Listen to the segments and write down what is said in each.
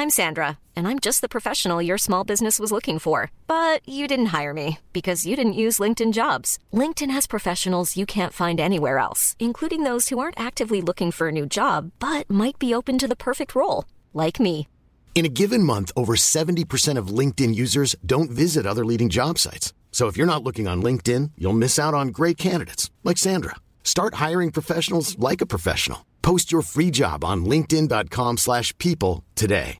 I'm Sandra, and I'm just the professional your small business was looking for. But you didn't hire me because you didn't use LinkedIn Jobs. LinkedIn has professionals you can't find anywhere else, including those who aren't actively looking for a new job, but might be open to the perfect role, like me. In a given month, over 70% of LinkedIn users don't visit other leading job sites. So if you're not looking on LinkedIn, you'll miss out on great candidates like Sandra. Start hiring professionals like a professional. Post your free job on linkedin.com/people today.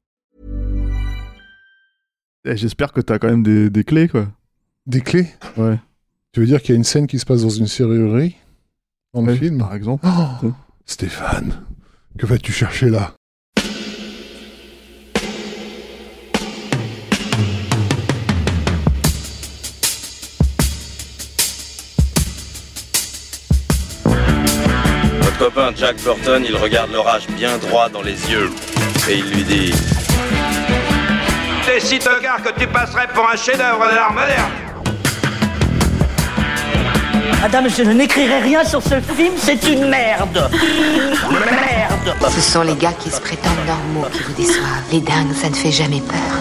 J'espère que t'as quand même des clés, quoi. Des clés ? Ouais. Tu veux dire qu'il y a une scène qui se passe dans une serrurerie dans le film ? Par exemple. Oh, Stéphane, que vas-tu chercher là ? Votre copain Jack Burton, il regarde l'orage bien droit dans les yeux et il lui dit: T'es si tocard que tu passerais pour un chef-d'œuvre de l'art moderne. Madame, je n'écrirai rien sur ce film, c'est une merde. Merde. Ce sont les gars qui se prétendent normaux qui vous déçoivent. Les dingues, ça ne fait jamais peur.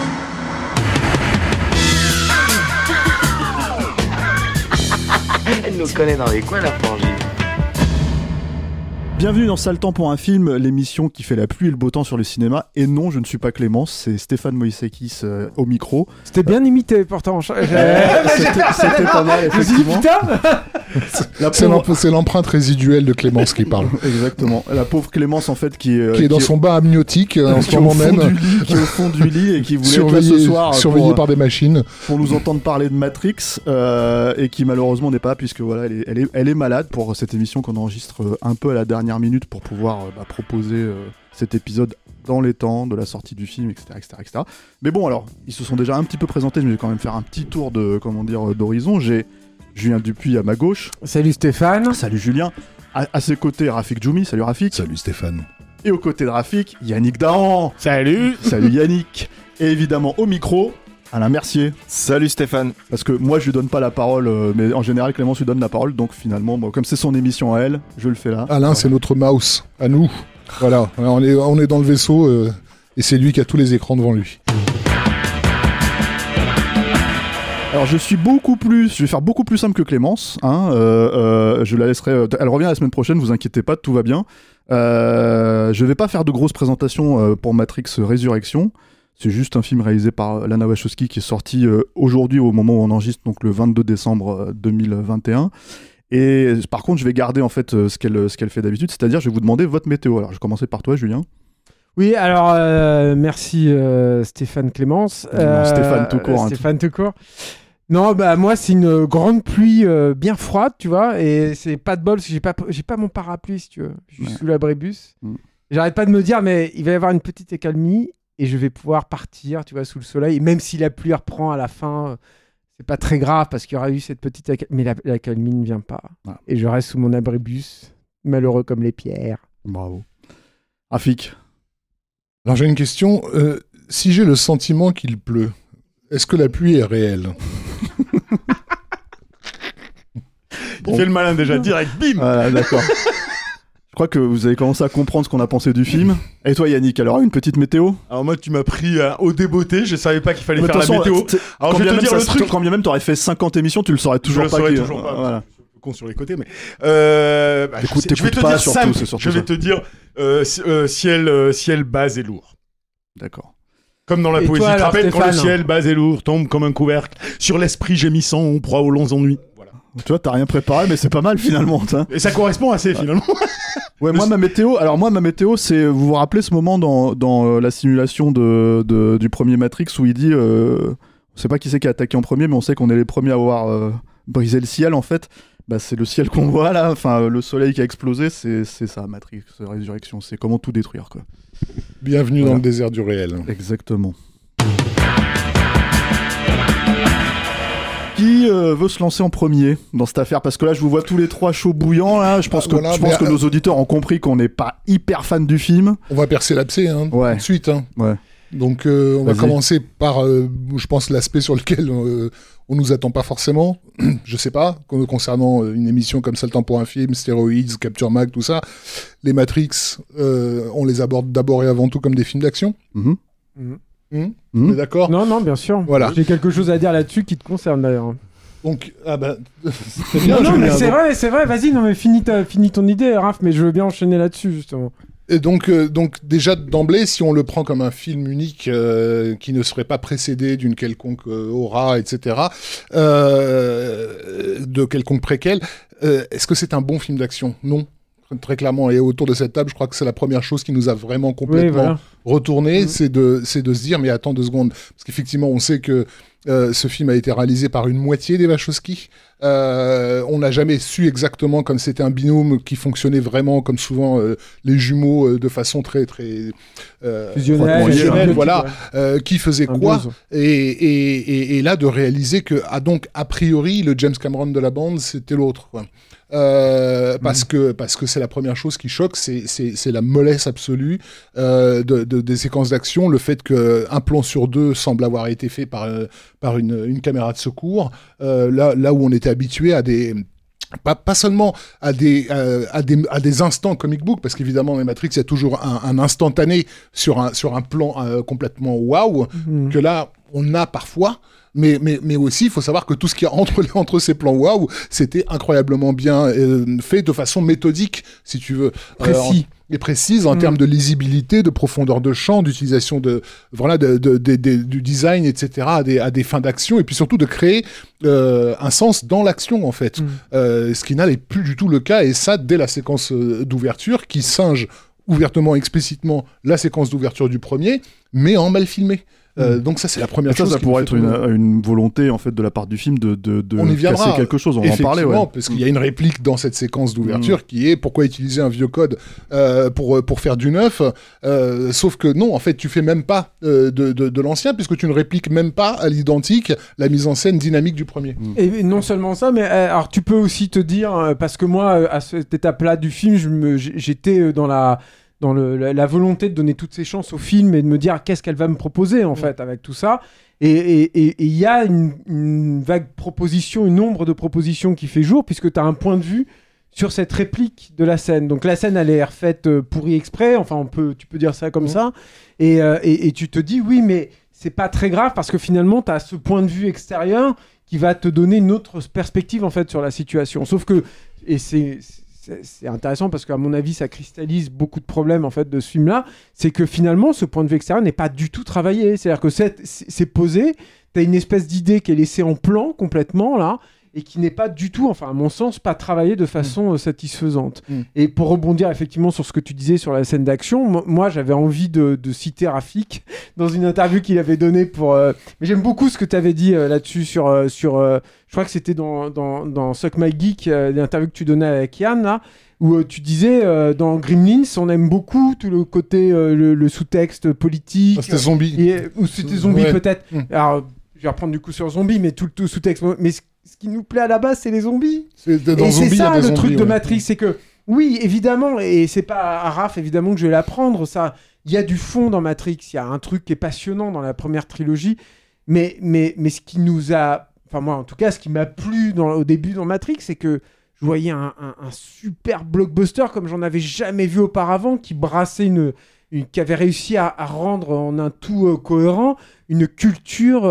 Elle nous connaît dans les coins, la frangine. Bienvenue dans Sale Temps pour un film, l'émission qui fait la pluie et le beau temps sur le cinéma. Et non, je ne suis pas Clémence, c'est Stéphane Moïsekis au micro. C'était bien imité pourtant. C'était pas mal, effectivement. C'est l'empreinte résiduelle de Clémence qui parle. Exactement. La pauvre Clémence, en fait, qui est dans son bain amniotique en ce moment même. Qui est au fond du lit et qui voulait être là ce soir. Surveillé par des machines. Pour nous entendre parler de Matrix et qui malheureusement n'est pas, puisque voilà, elle est malade pour cette émission qu'on enregistre un peu à la dernière minute pour pouvoir proposer cet épisode dans les temps de la sortie du film, etc., etc. Mais bon, alors, ils se sont déjà un petit peu présentés, mais je vais quand même faire un petit tour d'horizon. J'ai Julien Dupuis à ma gauche. Salut Stéphane. Salut Julien. À ses côtés, Rafik Djoumi. Salut Rafik. Salut Stéphane. Et aux côtés de Rafik, Yannick Dahan. Salut. Salut Yannick. Et évidemment, au micro, Alain Mercier. Salut Stéphane. Parce que moi je lui donne pas la parole, mais en général Clémence lui donne la parole, donc finalement, comme c'est son émission à elle, je le fais là. Alain, c'est notre mouse, à nous. Voilà, on est dans le vaisseau et c'est lui qui a tous les écrans devant lui. Alors je vais faire beaucoup plus simple que Clémence, hein. Je la laisserai, elle revient la semaine prochaine, vous inquiétez pas, tout va bien. Je vais pas faire de grosses présentations pour Matrix Résurrection. C'est juste un film réalisé par Lana Wachowski qui est sorti aujourd'hui au moment où on enregistre, donc le 22 décembre 2021. Et par contre, je vais garder en fait ce qu'elle fait d'habitude, c'est-à-dire je vais vous demander votre météo. Alors je vais commencer par toi, Julien. Oui, alors merci Stéphane Clémence. Stéphane tout court. Stéphane tout court. Non, bah moi c'est une grande pluie bien froide, tu vois, et c'est pas de bol parce que j'ai pas mon parapluie, si tu veux. Je suis sous l'abribus. J'arrête pas de me dire, mais il va y avoir une petite accalmie. Et je vais pouvoir partir, tu vois, sous le soleil. Et même si la pluie reprend à la fin, c'est pas très grave parce qu'il y aura eu cette petite... Mais l'accalmie ne vient pas. Ah. Et je reste sous mon abribus, malheureux comme les pierres. Bravo. Rafik. Alors j'ai une question. Si j'ai le sentiment qu'il pleut, est-ce que la pluie est réelle ? Il fait le malin déjà, direct, bim. Voilà, d'accord. Je crois que vous avez commencé à comprendre ce qu'on a pensé du film. Et toi Yannick, alors une petite météo ? Alors moi tu m'as pris au débeauté, je savais pas qu'il fallait faire la météo. Alors je vais te dire le truc. Quand bien même t'aurais fait 50 émissions, tu le saurais toujours pas. Je le saurais toujours pas. Voilà. Je suis un peu con sur les côtés, mais écoute, je vais te pas, dire surtout, simple. Je vais te dire ciel bas et lourd. D'accord. Comme dans la poésie, tu te rappelles quand le ciel bas et lourd tombe comme un couvercle sur l'esprit gémissant, on proie aux longs ennuis. Voilà. Tu vois, t'as rien préparé, mais c'est pas mal finalement. Et ça correspond assez finalement. Ouais, moi ma météo, c'est, vous vous rappelez ce moment dans la simulation du premier Matrix où il dit, on sait pas qui c'est qui a attaqué en premier, mais on sait qu'on est les premiers à avoir brisé le ciel en fait. Bah c'est le ciel qu'on voit là, enfin le soleil qui a explosé, c'est ça Matrix Résurrection, c'est comment tout détruire quoi. Bienvenue dans le désert du réel. Exactement. Qui veut se lancer en premier dans cette affaire ? Parce que là, je vous vois tous les trois chauds bouillants. Là. Je pense que nos auditeurs ont compris qu'on n'est pas hyper fans du film. On va percer l'abcès tout de suite. Hein. Ouais. Donc, on va commencer par, je pense, l'aspect sur lequel on nous attend pas forcément. Je sais pas, concernant une émission comme Sale Temps pour un film, Stéroïdes, Capture Mag, tout ça. Les Matrix, on les aborde d'abord et avant tout comme des films d'action. On est d'accord ? Non, bien sûr. Voilà. J'ai quelque chose à dire là-dessus qui te concerne d'ailleurs. Donc, c'est bien. Non, mais c'est vrai, vas-y, non, mais finis ton idée, Raph, mais je veux bien enchaîner là-dessus, justement. Et donc déjà d'emblée, si on le prend comme un film unique qui ne serait pas précédé d'une quelconque aura, etc., de quelconque préquel, est-ce que c'est un bon film d'action ? Non. Très clairement, et autour de cette table, je crois que c'est la première chose qui nous a vraiment complètement retourné, c'est de se dire, mais attends 2 secondes, parce qu'effectivement, on sait que ce film a été réalisé par une moitié des Wachowski. On n'a jamais su exactement, comme c'était un binôme qui fonctionnait vraiment, comme souvent les jumeaux, de façon très très fusionnelle, voilà, qui faisait quoi, et là de réaliser que donc a priori le James Cameron de la bande c'était l'autre, quoi. Parce que c'est la première chose qui choque, c'est la mollesse absolue des séquences d'action, le fait qu'un plan sur 2 semble avoir été fait par une caméra de secours, là où on était habitué à des pas seulement à des instants comic book, parce qu'évidemment dans les Matrix il y a toujours un instantané sur un plan complètement waouh, que là on a parfois. Mais aussi, il faut savoir que tout ce qu'il y a entre ces plans waouh, c'était incroyablement bien fait de façon méthodique, si tu veux. Précise en termes de lisibilité, de profondeur de champ, d'utilisation du design, etc., à des fins d'action, et puis surtout de créer un sens dans l'action, en fait. Ce qui n'est plus du tout le cas, et ça, dès la séquence d'ouverture, qui singe ouvertement, explicitement, la séquence d'ouverture du premier, mais en mal filmé. Donc ça c'est la première chose. Ça pourrait être une volonté en fait de la part du film de casser quelque chose. On va en parler. Parce qu'il y a une réplique dans cette séquence d'ouverture qui est pourquoi utiliser un vieux code pour faire du neuf. Sauf que non, en fait tu fais même pas de l'ancien puisque tu ne répliques même pas à l'identique la mise en scène dynamique du premier. Et non seulement ça, mais alors tu peux aussi te dire parce que moi à cette étape-là du film, j'étais dans la volonté de donner toutes ses chances au film et de me dire qu'est-ce qu'elle va me proposer en fait avec tout ça. Et il y a une vague proposition, une ombre de propositions qui fait jour puisque tu as un point de vue sur cette réplique de la scène. Donc la scène elle est refaite pourrie exprès, enfin tu peux dire ça comme ça. Et tu te dis oui mais c'est pas très grave parce que finalement tu as ce point de vue extérieur qui va te donner une autre perspective en fait sur la situation. Sauf que, et c'est intéressant parce qu'à mon avis ça cristallise beaucoup de problèmes en fait de ce film-là, c'est que finalement ce point de vue extérieur n'est pas du tout travaillé, c'est-à-dire que c'est posé, t'as une espèce d'idée qui est laissée en plan complètement là et qui n'est pas du tout, enfin à mon sens, pas travaillée de façon satisfaisante. Et pour rebondir effectivement sur ce que tu disais sur la scène d'action, moi j'avais envie de citer Rafik dans une interview qu'il avait donnée pour... Mais j'aime beaucoup ce que tu avais dit là-dessus sur je crois que c'était dans Suck My Geek, l'interview que tu donnais avec Yann là, où tu disais dans Gremlins on aime beaucoup tout le côté le sous-texte politique. C'était zombie. Ou c'était zombie peut-être. Alors je vais reprendre du coup sur zombie, mais tout le sous-texte. Mais ce qui nous plaît à la base, c'est les zombies. Et c'est ça le truc de Matrix, c'est que oui, évidemment, et c'est pas à Raph évidemment que je vais l'apprendre, ça, il y a du fond dans Matrix, il y a un truc qui est passionnant dans la première trilogie, mais ce qui nous a, enfin moi en tout cas, ce qui m'a plu au début dans Matrix, c'est que je voyais un super blockbuster comme j'en avais jamais vu auparavant, qui brassait qui avait réussi à rendre en un tout cohérent une culture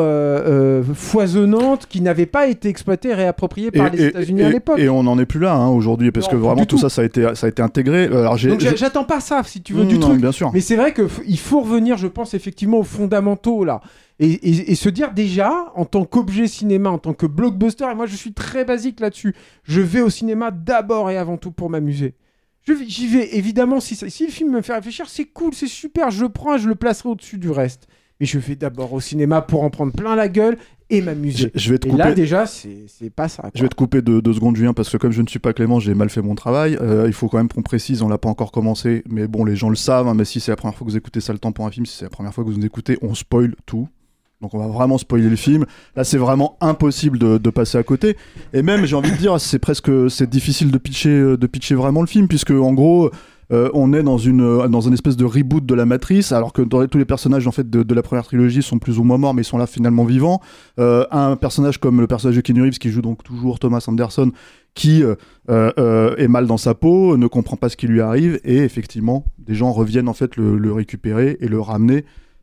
foisonnante qui n'avait pas été exploitée et réappropriée par les États-Unis à l'époque. Et on n'en est plus là aujourd'hui, parce que vraiment tout ça a été intégré. Alors, donc j'attends pas ça, si tu veux, du truc. Bien sûr. Mais c'est vrai qu'il faut revenir, je pense, effectivement aux fondamentaux, là. Et se dire déjà, en tant qu'objet cinéma, en tant que blockbuster, et moi je suis très basique là-dessus, je vais au cinéma d'abord et avant tout pour m'amuser. J'y vais, évidemment, si le film me fait réfléchir, c'est cool, c'est super, je le prends et je le placerai au-dessus du reste. Mais je vais d'abord au cinéma pour en prendre plein la gueule et m'amuser. Je vais te couper. Là, déjà, c'est pas ça, quoi. Je vais te couper 2 secondes, Julien, parce que comme je ne suis pas Clément, j'ai mal fait mon travail. Il faut quand même qu'on précise, on l'a pas encore commencé, mais bon, les gens le savent, hein, mais si c'est la première fois que vous écoutez Ça le temps pour un film, si c'est la première fois que vous nous écoutez, on spoil tout. Donc on va vraiment spoiler le film. Là, c'est vraiment impossible de passer à côté. Et même, j'ai envie de dire, c'est difficile de pitcher vraiment le film, puisque en gros, on est dans une espèce de reboot de la Matrice, alors que tous les personnages en fait de la première trilogie sont plus ou moins morts, mais ils sont là finalement vivants. Un personnage comme le personnage de Keanu Reeves, qui joue donc toujours Thomas Anderson, qui est mal dans sa peau, ne comprend pas ce qui lui arrive, et effectivement, des gens reviennent en fait le récupérer et le ramener.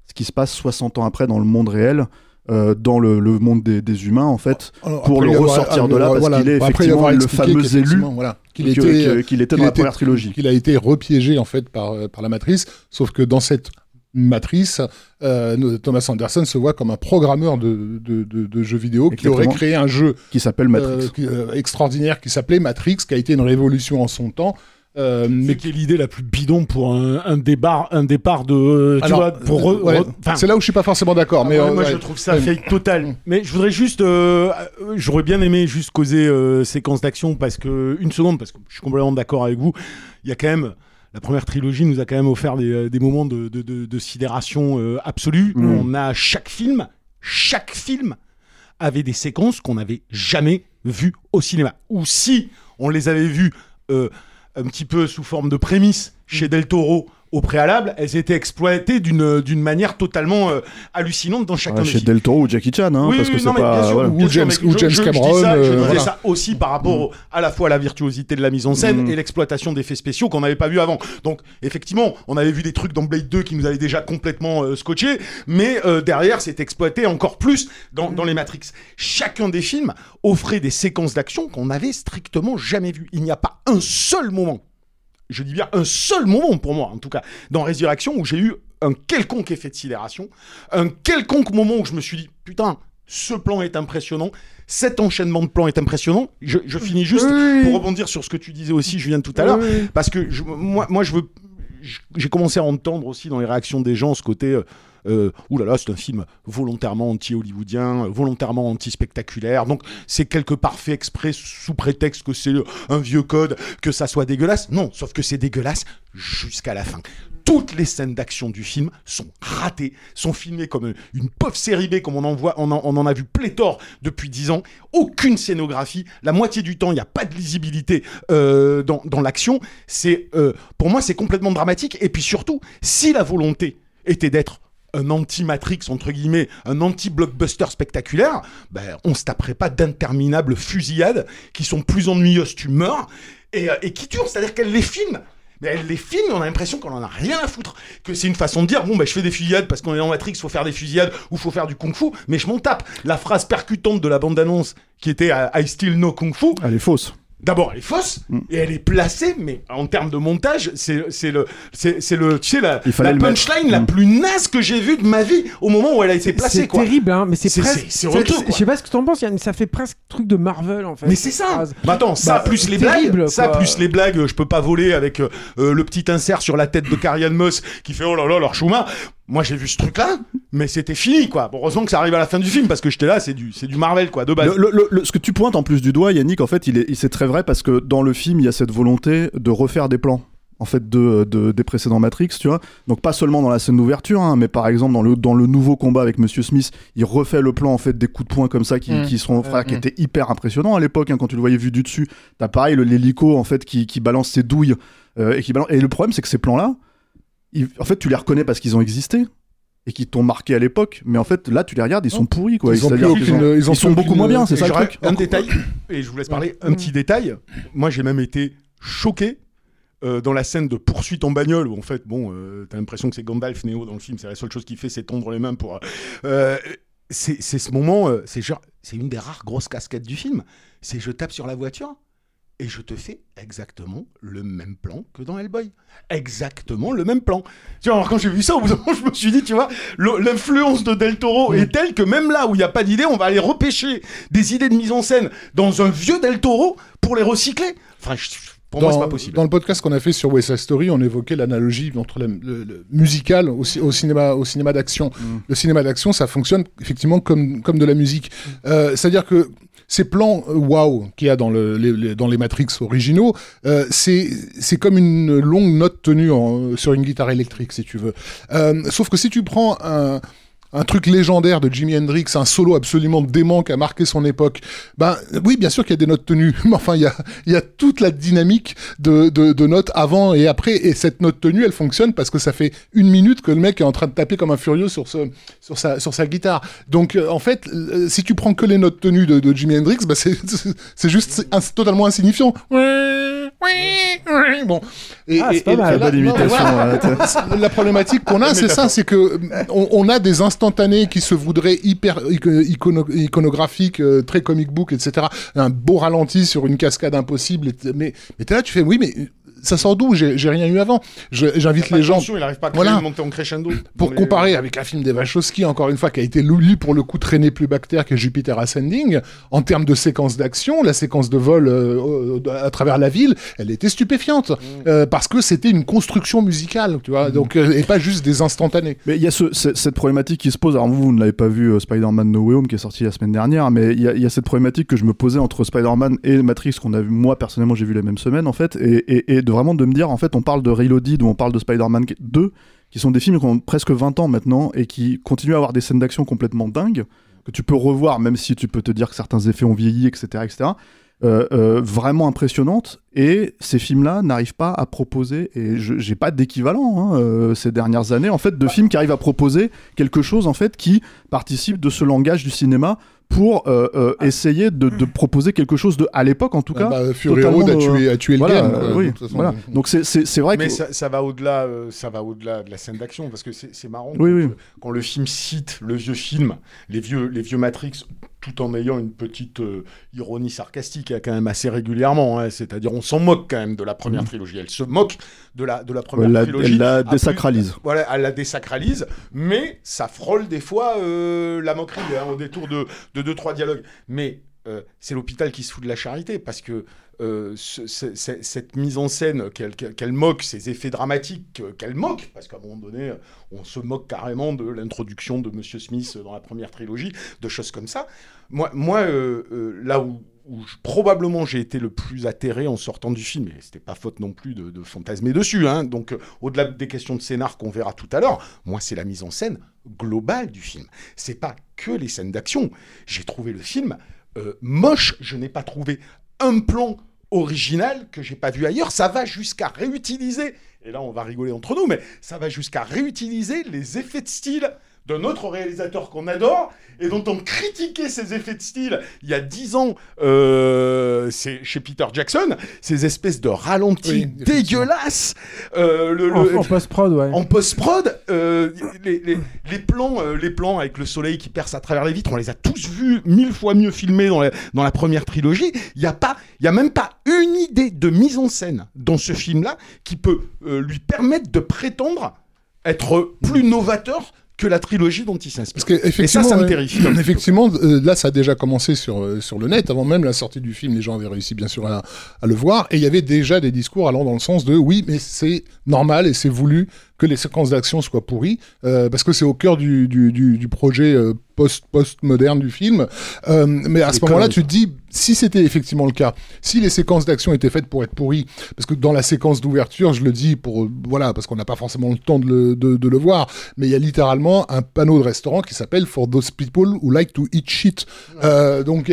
ce qui se passe 60 ans après dans le monde réel. Dans le monde des humains en fait, pour le ressortir de là parce qu'il est effectivement le fameux élu qu'il était dans la première trilogie. Qu'il a été repiégé en fait par la Matrice, sauf que dans cette Matrice, Thomas Anderson se voit comme un programmeur de jeux vidéo qui aurait créé un jeu qui s'appelle Matrix, extraordinaire, qui s'appelait Matrix, qui a été une révolution en son temps. Mais qui est l'idée la plus bidon pour un départ de c'est là où je suis pas forcément d'accord, mais moi je trouve ça fake total. Mais je voudrais juste j'aurais bien aimé juste causer séquence d'action parce que je suis complètement d'accord avec vous. Il y a quand même la première trilogie nous a quand même offert des moments de sidération absolue. On a chaque film avait des séquences qu'on n'avait jamais vues au cinéma, ou si on les avait vues un petit peu sous forme de prémisse chez Del Toro au préalable, elles étaient exploitées d'une manière totalement hallucinante dans chacun des films. Chez Del Toro ou Jackie Chan, hein, parce que c'est pas... Ou James Cameron. Je disais ça aussi par rapport à la fois à la virtuosité de la mise en scène et l'exploitation d'effets spéciaux qu'on n'avait pas vu avant. Donc, effectivement, on avait vu des trucs dans Blade 2 qui nous avaient déjà complètement scotché, mais derrière, c'est exploité encore plus dans les Matrix. Chacun des films offrait des séquences d'action qu'on n'avait strictement jamais vues. Il n'y a pas un seul moment, je dis bien un seul moment pour moi, en tout cas, dans Résurrection, où j'ai eu un quelconque effet de sidération, un quelconque moment où je me suis dit, putain, ce plan est impressionnant, cet enchaînement de plans est impressionnant. Je finis juste pour rebondir sur ce que tu disais aussi, Julien, tout à l'heure, parce que j'ai commencé à entendre aussi dans les réactions des gens ce côté... oulala, c'est un film volontairement anti-hollywoodien, volontairement anti-spectaculaire, donc c'est quelque part fait exprès sous prétexte que c'est un vieux code, que ça soit dégueulasse. Non, sauf que c'est dégueulasse jusqu'à la fin. Toutes les scènes d'action du film sont ratées, sont filmées comme une pauvre série B, comme on en a vu pléthore depuis 10 ans. Aucune scénographie, la moitié du temps, il n'y a pas de lisibilité dans l'action. Pour moi, c'est complètement dramatique. Et puis surtout, si la volonté était d'être un anti-Matrix, entre guillemets, un anti-blockbuster spectaculaire, on se taperait pas d'interminables fusillades qui sont plus ennuyeuses, tu meurs, et qui durent, c'est-à-dire qu'elles les filment. Mais elle les filme, on a l'impression qu'on en a rien à foutre. Que c'est une façon de dire, je fais des fusillades parce qu'on est dans Matrix, faut faire des fusillades ou faut faire du kung-fu, mais je m'en tape. La phrase percutante de la bande-annonce qui était I still know kung-fu. Elle est fausse. D'abord, elle est fausse et elle est placée, mais en termes de montage, c'est la punchline la plus naze que j'ai vue de ma vie au moment où elle a été placée. C'est terrible, hein, mais c'est presque. Je sais pas ce que t'en penses, ça fait presque truc de Marvel en fait. Mais c'est ça. Attends, plus les blagues, plus les blagues, je peux pas voler avec le petit insert sur la tête de Carrie-Anne Moss qui fait oh là là leur chouma. Moi j'ai vu ce truc là, mais c'était fini quoi. Bon, heureusement que ça arrive à la fin du film parce que j'étais là, c'est du Marvel quoi, de base. Ce que tu pointes en plus du doigt, Yannick, en fait, c'est très vrai parce que dans le film, il y a cette volonté de refaire des plans. En fait, des précédents Matrix, tu vois. Donc pas seulement dans la scène d'ouverture, hein, mais par exemple dans le nouveau combat avec Monsieur Smith, il refait le plan en fait des coups de poing comme ça qui étaient hyper impressionnants à l'époque hein, quand tu le voyais vu du dessus. T'as pareil l'hélico en fait qui balance ses douilles et le problème c'est que ces plans là, en fait tu les reconnais parce qu'ils ont existé et qui t'ont marqué à l'époque, mais en fait là tu les regardes, ils sont pourris quoi. Ils sont beaucoup moins bien, c'est ça le truc. Un détail, et je vous laisse parler, un petit détail. Moi j'ai même été choqué dans la scène de poursuite en bagnole où en fait t'as l'impression que c'est Gandalf Neo dans le film, c'est la seule chose qu'il fait c'est tondre les mains pour c'est ce moment, c'est une des rares grosses cascades du film, c'est je tape sur la voiture et je te fais exactement le même plan que dans Hellboy. Exactement le même plan. Tu vois, alors quand j'ai vu ça, au bout d'un moment, je me suis dit, tu vois, l'influence de Del Toro est telle que même là où il n'y a pas d'idée, on va aller repêcher des idées de mise en scène dans un vieux Del Toro pour les recycler. Enfin, pour moi, c'est pas possible. Dans le podcast qu'on a fait sur West Side Story, on évoquait l'analogie entre le musical au cinéma d'action. Le cinéma d'action, ça fonctionne effectivement comme de la musique. C'est-à-dire que ces plans wow qu'il y a dans les Matrix originaux, c'est comme une longue note tenue sur une guitare électrique, si tu veux. Sauf que si tu prends un truc légendaire de Jimi Hendrix, un solo absolument dément qui a marqué son époque. Oui, bien sûr qu'il y a des notes tenues, mais enfin, il y a toute la dynamique de notes avant et après, et cette note tenue, elle fonctionne parce que ça fait 1 minute que le mec est en train de taper comme un furieux sur sa guitare. Donc, en fait, si tu prends que les notes tenues de Jimi Hendrix, c'est juste totalement insignifiant. bon. C'est pas mal. Bonne imitation. La problématique qu'on a, c'est ça, c'est que on a des instantanés qui se voudraient hyper iconographiques, très comic book, etc. Un beau ralenti sur une cascade impossible, mais t'es là, tu fais oui, mais ça sort d'où? J'ai rien eu avant. J'invite les gens. Il n'arrive pas à créer une montée en crescendo. Pour comparer avec un film des Wachowski, encore une fois, qui a été lui pour le coup traîné plus bactère que Jupiter Ascending, en termes de séquence d'action, la séquence de vol à travers la ville, elle était stupéfiante parce que c'était une construction musicale, tu vois, donc et pas juste des instantanés. Mais il y a cette problématique qui se pose. Alors vous ne l'avez pas vu, Spider-Man No Way Home qui est sorti la semaine dernière, mais il y a cette problématique que je me posais entre Spider-Man et Matrix qu'on a vu. Moi personnellement, j'ai vu la même semaine en fait, et de me dire, en fait, on parle de Reloaded ou on parle de Spider-Man 2, qui sont des films qui ont presque 20 ans maintenant et qui continuent à avoir des scènes d'action complètement dingues, que tu peux revoir, même si tu peux te dire que certains effets ont vieilli, etc., vraiment impressionnantes, et ces films-là n'arrivent pas à proposer, et j'ai pas d'équivalent ces dernières années, en fait, de films qui arrivent à proposer quelque chose, en fait, qui participe de ce langage du cinéma pour essayer de proposer quelque chose de, à l'époque en tout cas, Fury Road a tué le game. Oui, voilà. Donc c'est vrai que mais ça va au-delà de la scène d'action, parce que c'est marrant quand le film cite le vieux film, les vieux Matrix, tout en ayant une petite ironie sarcastique quand même assez régulièrement, c'est-à-dire on s'en moque quand même de la première trilogie, elle se moque de la première trilogie, elle la désacralise. Voilà, elle la désacralise, mais ça frôle des fois la moquerie au détour de 2-3 dialogues, mais c'est l'hôpital qui se fout de la charité, parce que cette mise en scène qu'elle moque, ces effets dramatiques qu'elle moque, parce qu'à un moment donné, on se moque carrément de l'introduction de Monsieur Smith dans la première trilogie, de choses comme ça. Moi là où probablement j'ai été le plus atterré en sortant du film, et c'était pas faute non plus de fantasmer dessus, donc au-delà des questions de scénar qu'on verra tout à l'heure, moi c'est la mise en scène globale du film. C'est pas que les scènes d'action. J'ai trouvé le film moche, je n'ai pas trouvé un plan original que j'ai pas vu ailleurs. Ça va jusqu'à réutiliser, et là on va rigoler entre nous, mais ça va jusqu'à réutiliser les effets de style d'un autre réalisateur qu'on adore et dont on critiquait ces effets de style il y a 10 ans, c'est chez Peter Jackson, ces espèces de ralentis dégueulasses. En post-prod, ouais. En post-prod, les plans avec le soleil qui perce à travers les vitres, on les a tous vus 1000 fois mieux filmés dans la première trilogie. Il y a même pas une idée de mise en scène dans ce film-là qui peut lui permettre de prétendre être plus novateur que la trilogie dont il s'inspire. Et ça me terrifie. Effectivement, là, ça a déjà commencé sur le net. Avant même la sortie du film, les gens avaient réussi, bien sûr, à le voir. Et il y avait déjà des discours allant dans le sens de « oui, mais c'est normal et c'est voulu que les séquences d'action soient pourries, parce que c'est au cœur du projet post-moderne du film. Mais à ce moment-là, tu te dis, si c'était effectivement le cas, si les séquences d'action étaient faites pour être pourries, parce que dans la séquence d'ouverture, je le dis parce qu'on n'a pas forcément le temps de le voir, mais il y a littéralement un panneau de restaurant qui s'appelle « For those people who like to eat shit ». Donc,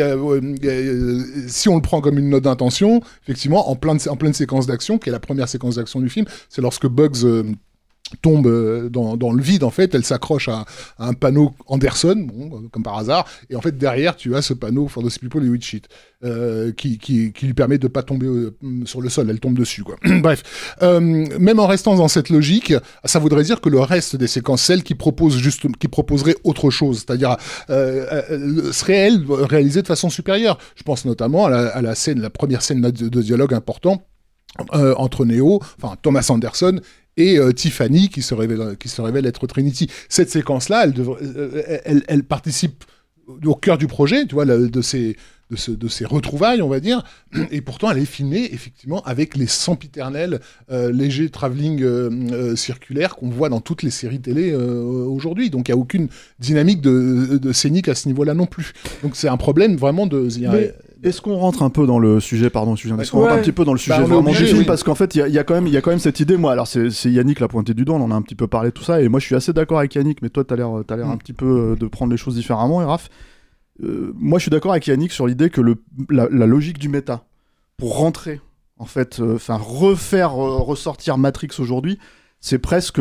si on le prend comme une note d'intention, effectivement, en pleine séquence d'action, qui est la première séquence d'action du film, c'est lorsque Bugs tombe dans le vide, en fait, elle s'accroche à un panneau Anderson, comme par hasard, et en fait derrière tu as ce panneau For those people who eat shit, qui lui permet de pas tomber sur le sol, elle tombe dessus, quoi. Bref, même en restant dans cette logique, ça voudrait dire que le reste des séquences, celles qui proposeraient autre chose, c'est-à-dire seraient elles réalisées de façon supérieure. Je pense notamment à la première scène de dialogue important entre Thomas Anderson et Tiffany qui se révèle être Trinity. Cette séquence-là, elle participe au cœur du projet, tu vois, de ces retrouvailles, on va dire, et pourtant elle est filmée effectivement avec les sempiternels légers travelling circulaires qu'on voit dans toutes les séries télé aujourd'hui. Donc il n'y a aucune dynamique de scénique à ce niveau-là non plus. Donc c'est un problème vraiment de... Est-ce qu'on rentre un peu dans le sujet, est-ce qu'on rentre un petit peu dans le sujet vraiment du film, parce qu'en fait, il y a quand même cette idée, moi, alors c'est Yannick l'a pointé du doigt, on en a un petit peu parlé, tout ça, et moi je suis assez d'accord avec Yannick, mais toi t'as l'air un petit peu de prendre les choses différemment, et Raph, moi je suis d'accord avec Yannick sur l'idée que la logique du méta, pour rentrer, en fait, ressortir Matrix aujourd'hui, c'est presque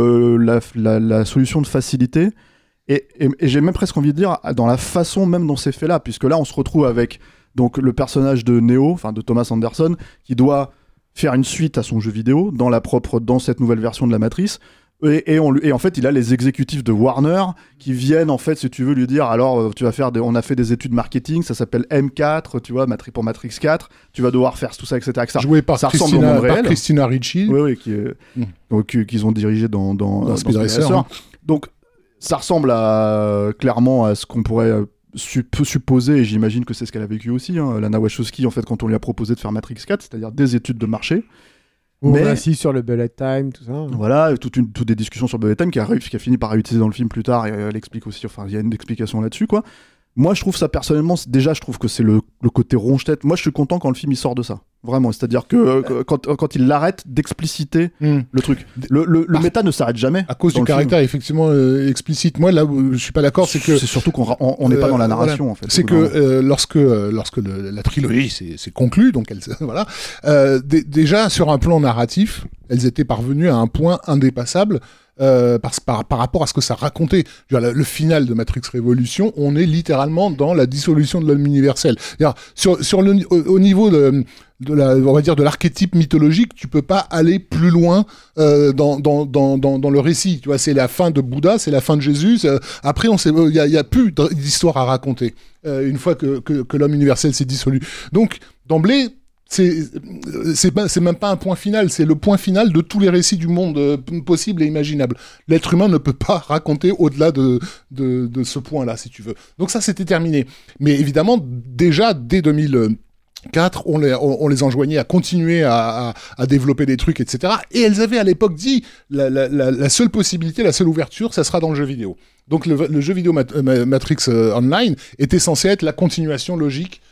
la solution de facilité, et j'ai même presque envie de dire, dans la façon même dont c'est fait là, puisque là on se retrouve avec donc le personnage de Neo, enfin de Thomas Anderson, qui doit faire une suite à son jeu vidéo dans cette nouvelle version de la Matrice. Et en fait, il a les exécutifs de Warner qui viennent, en fait, si tu veux, lui dire alors, tu vas faire on a fait des études marketing, ça s'appelle M4, tu vois, pour Matrix 4, tu vas devoir faire tout ça, etc. Joué par ça ressemble au monde réel. Christina Ricci. Oui, qu'ils ont dirigé dans Speed Racer. Hein. Donc, ça ressemble clairement à ce qu'on pourrait supposer, et j'imagine que c'est ce qu'elle a vécu aussi, hein, Lana Wachowski, en fait, quand on lui a proposé de faire Matrix 4, c'est-à-dire des études de marché. On est assis sur le bullet time, tout ça. Voilà, toutes des discussions sur le bullet time qui a fini par réutiliser dans le film plus tard, et elle explique aussi, enfin, il y a une explication là-dessus, quoi. Moi, je trouve ça personnellement, déjà, je trouve que c'est le côté ronge-tête. Moi, je suis content quand le film il sort de ça. Vraiment. C'est-à-dire que quand il l'arrête d'expliciter le truc. Le méta ne s'arrête jamais. À cause du caractère effectivement explicite. Moi, là où je suis pas d'accord, c'est que. C'est surtout qu'on n'est pas dans la narration, en fait. C'est que lorsque la trilogie s'est conclue, donc voilà, déjà sur un plan narratif, elles étaient parvenues à un point indépassable. Par rapport à ce que ça racontait. Le final de Matrix Révolution, on est littéralement dans la dissolution de l'homme universel. Au niveau on va dire de l'archétype mythologique, tu peux pas aller plus loin dans le récit. Tu vois, c'est la fin de Bouddha, c'est la fin de Jésus. Après, il y a plus d'histoire à raconter une fois que l'homme universel s'est dissolu. Donc, d'emblée, c'est même pas un point final, c'est le point final de tous les récits du monde possible et imaginable. L'être humain ne peut pas raconter au-delà de ce point-là, si tu veux. Donc ça, c'était terminé. Mais évidemment, déjà, dès 2004, on les enjoignait à continuer à développer des trucs, etc. Et elles avaient à l'époque dit, la seule possibilité, la seule ouverture, ça sera dans le jeu vidéo. Donc le jeu vidéo Matrix Online était censé être la continuation logique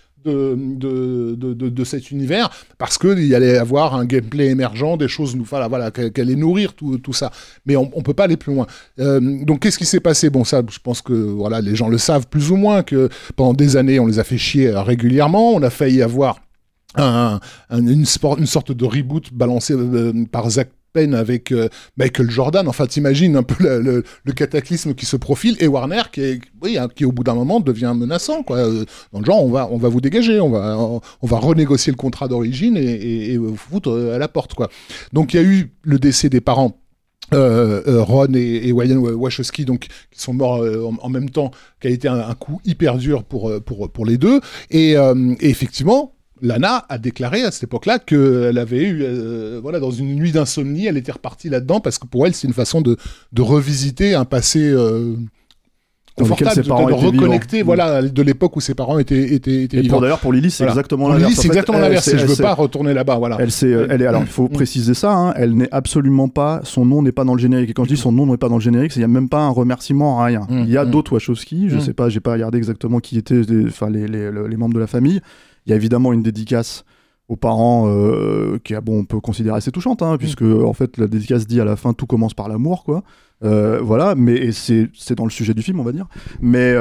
de cet univers, parce qu'il y allait avoir un gameplay émergent, des choses qu'elle allait nourrir tout ça, mais on peut pas aller plus loin. Donc qu'est-ce qui s'est passé? Bon, ça, je pense que voilà, les gens le savent plus ou moins, que pendant des années on les a fait chier régulièrement, on a failli avoir une sorte de reboot balancé par Zach Penn avec Michael Jordan. Enfin, t'imagines un peu le cataclysme qui se profile, et Warner qui au bout d'un moment devient menaçant, quoi. Dans le genre, on va vous dégager, on va renégocier le contrat d'origine et vous foutre à la porte, quoi. Donc il y a eu le décès des parents. Ron et Wayne Wachowski, donc qui sont morts en même temps, qui a été un coup hyper dur pour les deux, et effectivement Lana a déclaré à cette époque-là qu'elle avait eu, dans une nuit d'insomnie, elle était repartie là-dedans, parce que pour elle, c'est une façon de revisiter un passé confortable, de reconnecter, de l'époque où ses parents étaient vivants. D'ailleurs, pour Lily, c'est exactement l'inverse. Lily, c'est exactement l'inverse. Je veux pas retourner là-bas, voilà. Alors, il faut préciser ça, hein, elle n'est absolument pas, son nom n'est pas dans le générique. Et quand je dis son nom n'est pas dans le générique, il n'y a même pas un remerciement, rien. Il y a d'autres Wachowski, je sais pas, j'ai pas regardé exactement qui étaient les membres de la famille. Il y a évidemment une dédicace aux parents qui, on peut considérer assez touchante, hein, puisque en fait la dédicace dit à la fin tout commence par l'amour, quoi. Voilà, mais c'est dans le sujet du film, on va dire. Mais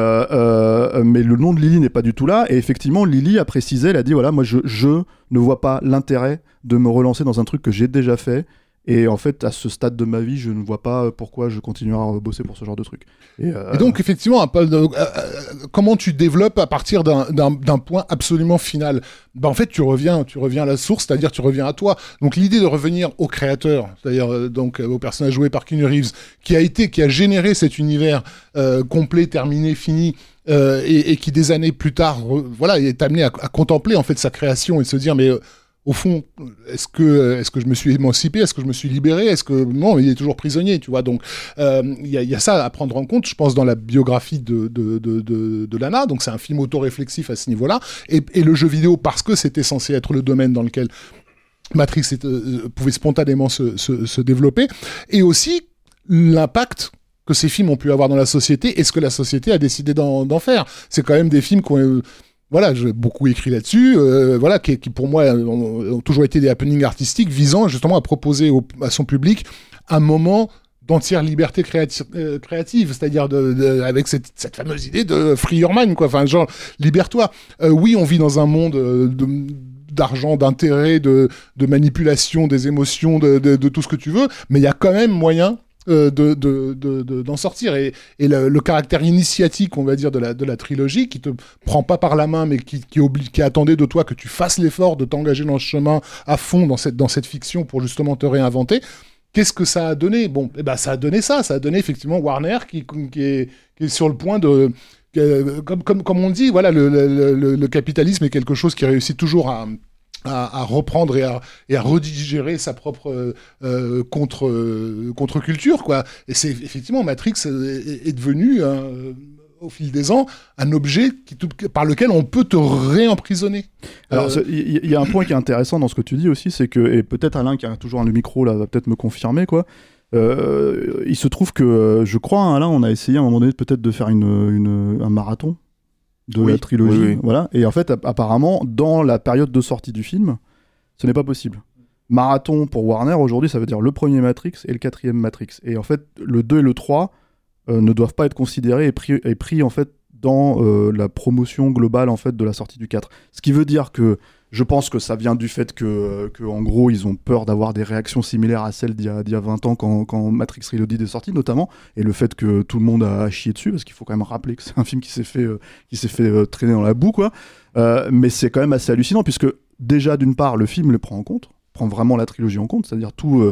le nom de Lily n'est pas du tout là. Et effectivement, Lily a précisé, elle a dit voilà, moi je ne vois pas l'intérêt de me relancer dans un truc que j'ai déjà fait. Et en fait, à ce stade de ma vie, je ne vois pas pourquoi je continuerai à bosser pour ce genre de truc. Et donc, effectivement, comment tu développes à partir d'un point absolument final? En fait, tu reviens à la source, c'est-à-dire tu reviens à toi. Donc, l'idée de revenir au créateur, c'est-à-dire donc au personnage joué par Keanu Reeves, qui a généré cet univers complet, terminé, fini, et qui des années plus tard, est amené à contempler en fait sa création et se dire mais au fond, est-ce que je me suis émancipé? Est-ce que je me suis libéré? Est-ce que non, il est toujours prisonnier, tu vois? Donc il y a ça à prendre en compte, je pense, dans la biographie de Lana. Donc c'est un film autoréflexif à ce niveau-là, et le jeu vidéo, parce que c'était censé être le domaine dans lequel Matrix pouvait spontanément se développer, et aussi l'impact que ces films ont pu avoir dans la société et ce que la société a décidé d'en faire. C'est quand même des films qui ont j'ai beaucoup écrit là-dessus, qui pour moi ont toujours été des happenings artistiques visant justement à proposer à son public un moment d'entière liberté créative, c'est-à-dire avec cette fameuse idée de free your mind, quoi. Enfin, genre, libère-toi. Oui, on vit dans un monde d'argent, d'intérêt, de manipulation des émotions, de tout ce que tu veux, mais il y a quand même moyen d'en sortir. Et le caractère initiatique, on va dire, de la trilogie, qui te prend pas par la main, mais qui attendait de toi que tu fasses l'effort de t'engager dans ce chemin à fond, dans cette fiction, pour justement te réinventer. Qu'est-ce que ça a donné ? Bon, ça a donné ça. Ça a donné effectivement Warner qui est sur le point de... Comme on dit, voilà, le capitalisme est quelque chose qui réussit toujours à reprendre et à redigérer sa propre contre-culture, quoi. Et c'est effectivement, Matrix est devenu... au fil des ans, un objet par lequel on peut te réemprisonner. Alors, il y a un point qui est intéressant dans ce que tu dis aussi, c'est que, et peut-être Alain qui a toujours le micro là va peut-être me confirmer, quoi. Il se trouve que, je crois, Alain, on a essayé à un moment donné peut-être de faire un marathon de la trilogie, oui. Voilà. Et en fait, apparemment, dans la période de sortie du film, ce n'est pas possible. Marathon pour Warner aujourd'hui, ça veut dire le premier Matrix et le quatrième Matrix. Et en fait, le 2 et le 3 ne doivent pas être considérés et pris en fait dans la promotion globale en fait de la sortie du 4. Ce qui veut dire que je pense que ça vient du fait que en gros ils ont peur d'avoir des réactions similaires à celles d'il y a 20 ans quand Matrix Reloaded est sorti notamment, et le fait que tout le monde a chié dessus, parce qu'il faut quand même rappeler que c'est un film qui s'est fait traîner dans la boue, quoi. Mais c'est quand même assez hallucinant puisque déjà d'une part le film le prend vraiment la trilogie en compte, c'est-à-dire tout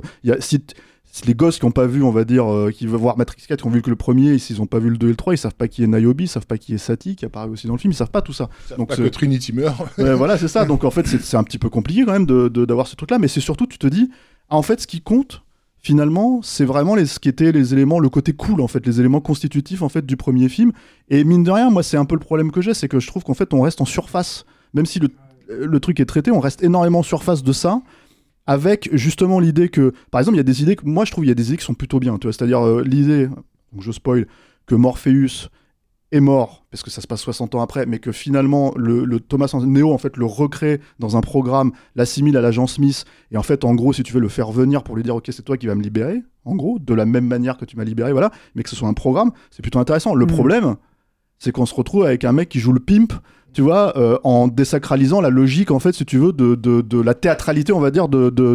les gosses qui n'ont pas vu, on va dire, qui veulent voir Matrix 4, qui ont vu que le premier, et s'ils n'ont pas vu le 2 et le 3, ils savent pas qui est Niobe, ils savent pas qui est Sati, qui apparaît aussi dans le film, ils savent pas tout ça. Ils savent pas que Trinity meurt. Voilà, c'est ça. Donc en fait, c'est un petit peu compliqué quand même d'avoir ce truc-là, mais c'est surtout, tu te dis, en fait, ce qui compte, finalement, c'est vraiment ce qui étaient les éléments, le côté cool, en fait, les éléments constitutifs, en fait, du premier film. Et mine de rien, moi, c'est un peu le problème que j'ai, c'est que je trouve qu'en fait, on reste en surface. Même si le truc est traité, on reste énormément en surface de ça. Avec justement l'idée que, par exemple, il y a des idées moi je trouve il y a des idées qui sont plutôt bien, tu vois, c'est-à-dire l'idée, donc je spoil, que Morpheus est mort, parce que ça se passe 60 ans après, mais que finalement le Thomas Neo en fait le recrée dans un programme, l'assimile à l'agent Smith, et en fait en gros si tu veux le faire venir pour lui dire ok c'est toi qui vas me libérer, en gros, de la même manière que tu m'as libéré, voilà, mais que ce soit un programme, c'est plutôt intéressant. Le problème, c'est qu'on se retrouve avec un mec qui joue le pimp, tu vois, en désacralisant la logique, en fait, si tu veux, de la théâtralité, on va dire,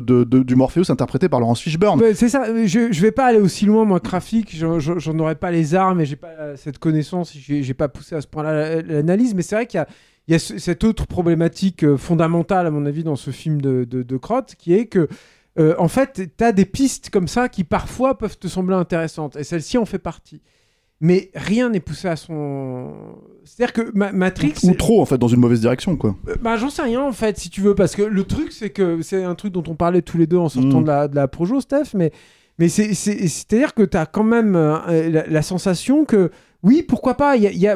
du Morpheus interprété par Laurence Fishburne. Ouais, c'est ça, je vais pas aller aussi loin, moi, graphique, j'en aurais pas les armes et j'ai pas cette connaissance, j'ai pas poussé à ce point-là l'analyse, mais c'est vrai qu'il y a cette autre problématique fondamentale, à mon avis, dans ce film de Crotte, qui est que, en fait, t'as des pistes comme ça qui, parfois, peuvent te sembler intéressantes, et celle-ci en fait partie. Mais rien n'est poussé à son... C'est-à-dire que Matrix... Ou trop, en fait, dans une mauvaise direction, quoi. J'en sais rien, en fait, si tu veux, parce que le truc, c'est que c'est un truc dont on parlait tous les deux en sortant de la projo, Steph, mais c'est-à-dire que t'as quand même la sensation que, oui, pourquoi pas,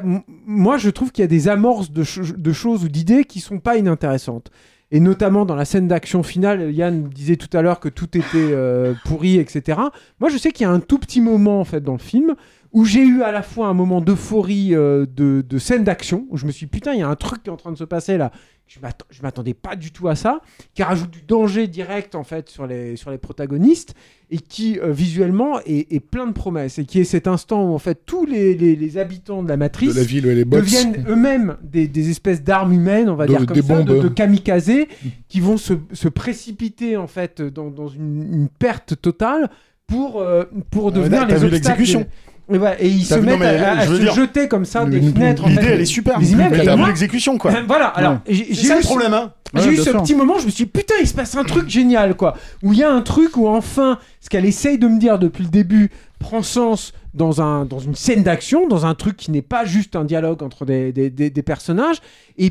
moi, je trouve qu'il y a des amorces de choses ou d'idées qui sont pas inintéressantes. Et notamment dans la scène d'action finale, Yann disait tout à l'heure que tout était pourri, etc. Moi, je sais qu'il y a un tout petit moment, en fait, dans le film où j'ai eu à la fois un moment d'euphorie de scène d'action, où je me suis dit, putain, il y a un truc qui est en train de se passer là. Je m'attendais pas du tout à ça, qui rajoute du danger direct, en fait, sur les protagonistes, et qui, visuellement, est plein de promesses, et qui est cet instant où, en fait, tous les habitants de la Matrice de la ville, les bots, deviennent eux-mêmes des espèces d'armes humaines, on va dire comme ça, de kamikazés, qui vont se précipiter, en fait, dans une perte totale pour devenir les obstacles. Et ils se mettent à se jeter comme ça des fenêtres. L'idée, elle est super. Mais t'as vu l'exécution, quoi. Voilà, alors, c'est ça le problème, hein. J'ai eu ce petit moment, je me suis dit, putain, il se passe un truc génial, quoi. Où il y a un truc où, enfin, ce qu'elle essaye de me dire depuis le début prend sens dans une scène d'action, dans un truc qui n'est pas juste un dialogue entre des personnages, et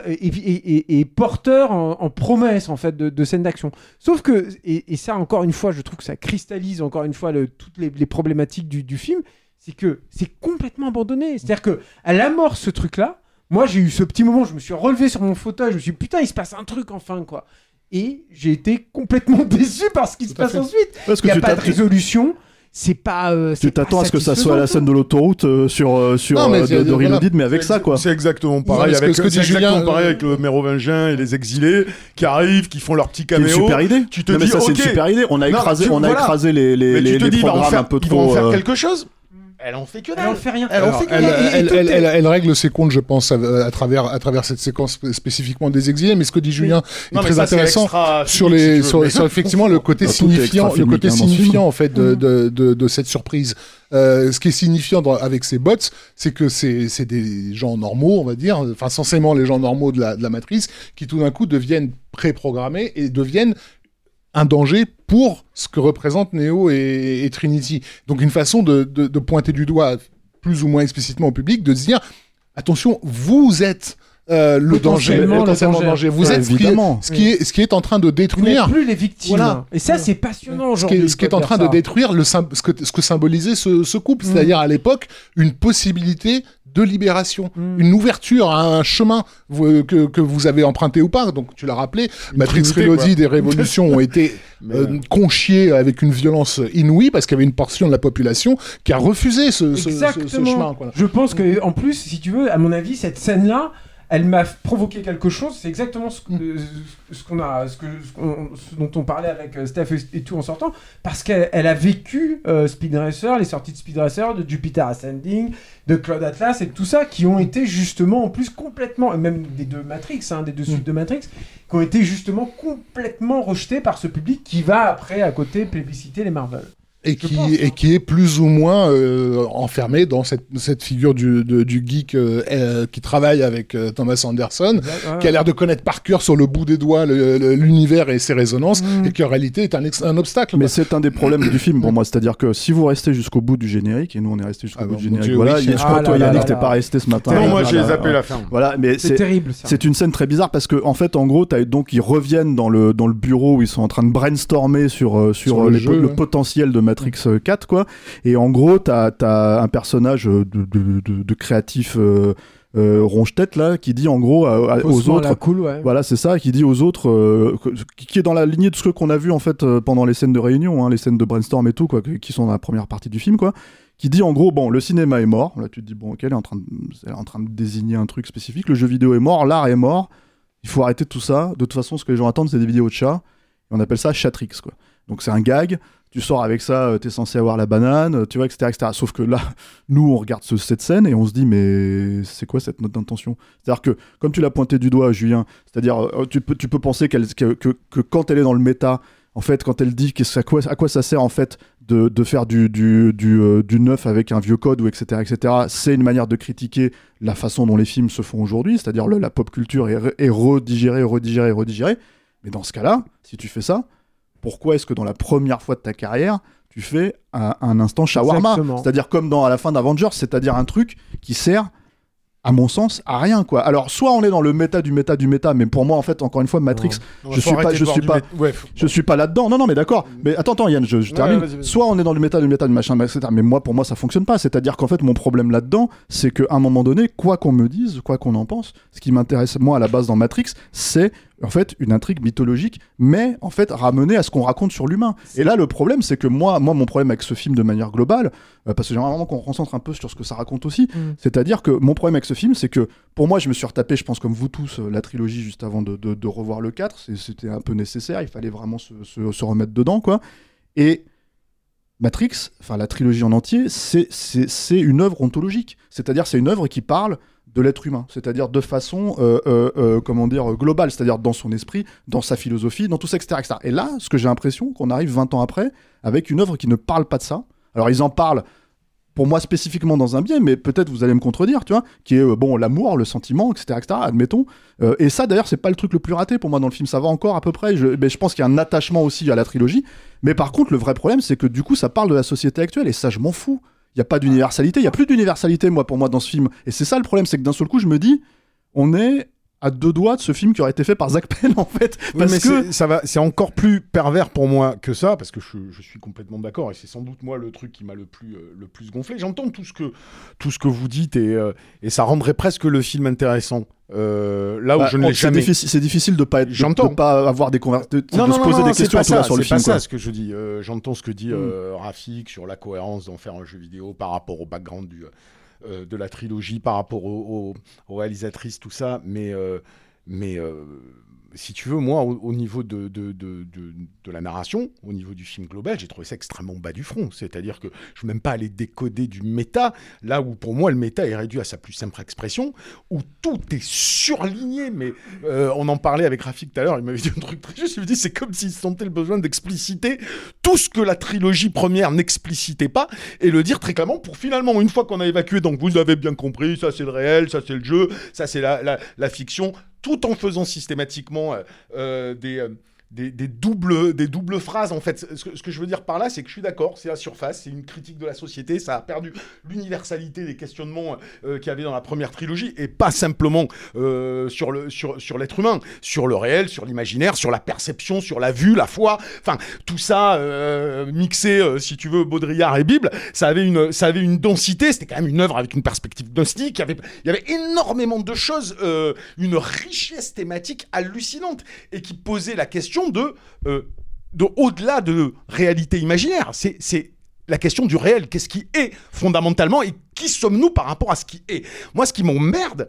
porteur en promesse, en fait, de scène d'action. Sauf que, et ça, encore une fois, je trouve que ça cristallise, encore une fois, toutes les problématiques du film, c'est que c'est complètement abandonné. C'est-à-dire qu'elle amorce ce truc-là. Moi, j'ai eu ce petit moment, je me suis relevé sur mon fauteuil, je me suis dit, putain, il se passe un truc, enfin, quoi. Et j'ai été complètement déçu par ce qui se passe ensuite. Il n'y a pas de résolution. C'est pas. Tu t'attends à ce que ça soit la scène de l'autoroute sur de Reloaded, mais avec ça, quoi. C'est exactement pareil. C'est exactement pareil avec le Mérovingien et les exilés qui arrivent, qui font leur petit caméo. C'est une super idée. Tu te dis, ça, c'est une super idée. On a écrasé les programmes un peu trop. Ils vont en faire quelque chose. Elle en fait que dalle. Elle en fait rien. Elle règle ses comptes, je pense, à travers cette séquence spécifiquement des exilés. Mais ce que dit Julien est très intéressant sur effectivement le côté signifiant, en fait de cette surprise. Ce qui est signifiant avec ces bots, c'est que c'est des gens normaux, on va dire, enfin censément les gens normaux de la matrice, qui tout d'un coup deviennent préprogrammés et deviennent un danger pour ce que représentent Neo et Trinity. Donc une façon de pointer du doigt plus ou moins explicitement au public, de se dire attention, vous êtes le danger, potentiellement danger. Vous êtes ce qui est en train de détruire. Vous n'êtes plus les victimes. Voilà. Et ça, c'est passionnant aujourd'hui. Ce qui est en train de détruire ce que symbolisait ce couple, c'est-à-dire à l'époque une possibilité de libération, une ouverture à un chemin que vous avez emprunté ou pas. Donc tu l'as rappelé, Matrix Reloaded des révolutions ont été conchiées avec une violence inouïe parce qu'il y avait une portion de la population qui a refusé ce chemin. Quoi. Je pense que en plus, si tu veux, à mon avis, cette scène-là, elle m'a provoqué quelque chose. C'est exactement ce dont on parlait avec Steph et tout en sortant, parce qu'elle a vécu Speed Racer, les sorties de Speed Racer, de Jupiter Ascending, de Cloud Atlas et tout ça, qui ont été justement en plus complètement, même des deux Matrix, des deux suites de Matrix, qui ont été justement complètement rejetés par ce public qui va après à côté plébisciter les Marvel. Et qui est plus ou moins enfermé dans cette figure du geek qui travaille avec Thomas Anderson, qui a l'air de connaître par cœur sur le bout des doigts l'univers et ses résonances, et qui en réalité est un obstacle. Mais c'est un des problèmes du film pour moi, c'est-à-dire que si vous restez jusqu'au bout du générique, et nous on est resté jusqu'au bout du générique, voilà, je crois que toi Yannick t'es pas resté ce matin. Non, moi j'ai zappé la fin. Voilà, mais c'est terrible ça. C'est une scène très bizarre parce que en fait en gros donc ils reviennent dans le bureau où ils sont en train de brainstormer sur le potentiel de Matrix 4 quoi, et en gros t'as un personnage de créatif ronge-tête là qui dit en gros aux autres voilà c'est ça, qui dit aux autres qui est dans la lignée de ce qu'on a vu en fait pendant les scènes de réunion, les scènes de brainstorm et tout quoi, qui sont dans la première partie du film quoi, qui dit en gros bon le cinéma est mort, là tu te dis bon ok elle est en train de désigner un truc spécifique, le jeu vidéo est mort, l'art est mort, il faut arrêter tout ça, de toute façon ce que les gens attendent c'est des vidéos de chats, et on appelle ça Chatrix quoi, donc c'est un gag. Tu sors avec ça, t'es censé avoir la banane, tu vois, etc., etc. Sauf que là, nous, on regarde cette scène et on se dit, mais c'est quoi cette note d'intention ? C'est-à-dire que, comme tu l'as pointé du doigt, Julien, c'est-à-dire, tu peux penser que quand elle est dans le méta, en fait, quand elle dit à quoi ça sert, en fait, de faire du neuf avec un vieux code, ou etc., etc., c'est une manière de critiquer la façon dont les films se font aujourd'hui, c'est-à-dire la pop culture est redigérée. Mais dans ce cas-là, si tu fais ça, pourquoi est-ce que dans la première fois de ta carrière, tu fais un instant shawarma ? C'est-à-dire comme à la fin d'Avengers, c'est-à-dire un truc qui sert, à mon sens, à rien, quoi. Alors, soit on est dans le méta du méta, mais pour moi, en fait, encore une fois, Matrix, je suis pas là-dedans. Non, mais d'accord. Mais attends, Yann, je termine. Vas-y. Soit on est dans le méta du machin, etc. Mais pour moi, ça fonctionne pas. C'est-à-dire qu'en fait, mon problème là-dedans, c'est qu'à un moment donné, quoi qu'on me dise, quoi qu'on en pense, ce qui m'intéresse, moi, à la base dans Matrix, c'est en fait une intrigue mythologique, mais en fait ramenée à ce qu'on raconte sur l'humain. Et là, le problème, c'est que moi, mon problème avec ce film de manière globale, parce que j'aimerais vraiment qu'on concentre un peu sur ce que ça raconte aussi, c'est-à-dire que mon problème avec ce film, c'est que pour moi, je me suis retapé, je pense comme vous tous, la trilogie juste avant de revoir le 4, c'était un peu nécessaire, il fallait vraiment se remettre dedans, quoi. Et Matrix, enfin la trilogie en entier, c'est une œuvre ontologique, c'est-à-dire c'est une œuvre qui parle de l'être humain, c'est-à-dire de façon globale, c'est-à-dire dans son esprit, dans sa philosophie, dans tout ça, etc., etc. Et là, ce que j'ai l'impression qu'on arrive 20 ans après, avec une œuvre qui ne parle pas de ça. Alors ils en parlent, pour moi spécifiquement dans un biais, mais peut-être vous allez me contredire, tu vois, qui est l'amour, le sentiment, etc., admettons. Et ça d'ailleurs, c'est pas le truc le plus raté pour moi dans le film, ça va encore à peu près. Je pense qu'il y a un attachement aussi à la trilogie, mais par contre, le vrai problème, c'est que du coup, ça parle de la société actuelle, et ça, je m'en fous. Il n'y a pas d'universalité, il n'y a plus d'universalité pour moi dans ce film. Et c'est ça le problème, c'est que d'un seul coup je me dis, on est à 2 doigts de ce film qui aurait été fait par Zach Penn en fait. Parce que c'est encore plus pervers pour moi que ça, parce que je suis complètement d'accord, et c'est sans doute moi le truc qui m'a le plus gonflé. J'entends tout ce que vous dites, et ça rendrait presque le film intéressant. Là où je ne l'ai jamais. C'est difficile de pas avoir des conversations, de se poser des questions sur le film. C'est pas ça ce que je dis. J'entends ce que dit Rafik sur la cohérence d'en faire un jeu vidéo par rapport au background de la trilogie, par rapport aux réalisatrices, tout ça. Mais si tu veux, moi, au niveau de la narration, au niveau du film global, j'ai trouvé ça extrêmement bas du front. C'est-à-dire que je ne veux même pas aller décoder du méta, là où pour moi le méta est réduit à sa plus simple expression, où tout est surligné. Mais on en parlait avec Rafik tout à l'heure, il m'avait dit un truc très juste, il me dit c'est comme s'il sentait le besoin d'expliciter tout ce que la trilogie première n'explicitait pas, et le dire très clairement pour finalement, une fois qu'on a évacué, donc vous avez bien compris, ça c'est le réel, ça c'est le jeu, ça c'est la fiction, tout en faisant systématiquement des doubles phrases. En fait, ce que je veux dire par là, c'est que je suis d'accord, c'est la surface, c'est une critique de la société, ça a perdu l'universalité des questionnements qu'il y avait dans la première trilogie, et pas simplement sur l'être humain, sur le réel, sur l'imaginaire, sur la perception, sur la vue, la foi, enfin tout ça mixé, si tu veux, Baudrillard et Bible, ça avait une densité, c'était quand même une œuvre avec une perspective gnostique, il y avait énormément de choses, une richesse thématique hallucinante, et qui posait la question de au-delà de réalité imaginaire, c'est la question du réel, qu'est-ce qui est fondamentalement, et qui sommes-nous par rapport à ce qui est. Moi, ce qui m'emmerde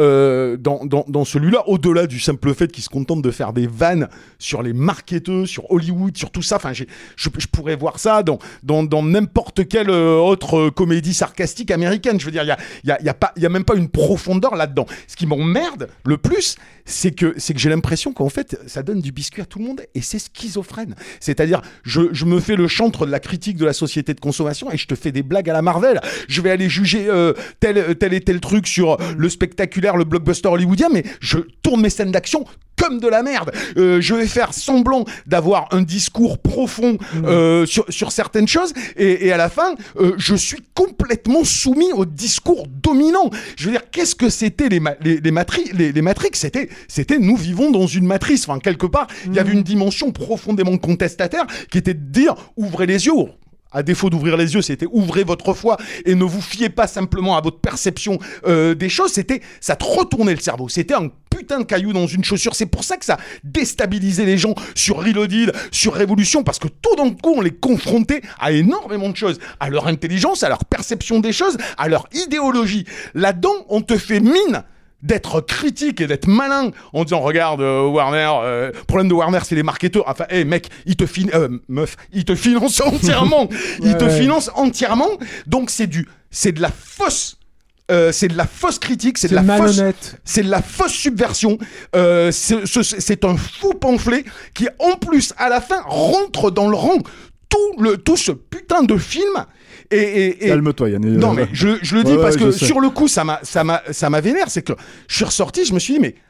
dans celui-là, au-delà du simple fait qu'ils se contentent de faire des vannes sur les marketeurs, sur Hollywood, sur tout ça, enfin, je pourrais voir ça dans n'importe quelle autre comédie sarcastique américaine. Je veux dire, il y a même pas une profondeur là-dedans. Ce qui m'emmerde le plus, c'est que j'ai l'impression qu'en fait, ça donne du biscuit à tout le monde, et c'est schizophrène. C'est-à-dire, je me fais le chantre de la critique de la société de consommation, et je te fais des blagues à la Marvel. Je vais aller juger tel et tel truc sur le spectaculaire, le blockbuster hollywoodien, mais je tourne mes scènes d'action comme de la merde. Je vais faire semblant d'avoir un discours profond sur certaines choses, et à la fin, je suis complètement soumis au discours dominant. Je veux dire, qu'est-ce que c'était les Matrix? C'était nous vivons dans une matrice. Enfin, quelque part, il y avait une dimension profondément contestataire qui était de dire, ouvrez les yeux. À défaut d'ouvrir les yeux, c'était ouvrez votre foi et ne vous fiez pas simplement à votre perception des choses. Ça te retournait le cerveau. C'était un putain de caillou dans une chaussure. C'est pour ça que ça déstabilisait les gens sur Reloaded, sur Révolution, parce que tout d'un coup, on les confrontait à énormément de choses, à leur intelligence, à leur perception des choses, à leur idéologie. Là-dedans, on te fait mine d'être critique et d'être malin en disant regarde Warner, problème de Warner c'est les marketeurs, enfin mec, il te finance entièrement. Il te finance entièrement, donc c'est de la fausse critique, c'est de la fausse subversion, c'est un faux pamphlet qui en plus à la fin rentre dans le rang tout ce putain de film. Calme-toi, Yann. Non, mais je le dis parce que sur le coup, ça m'a vénère. C'est que je suis ressorti, je me suis dit, mais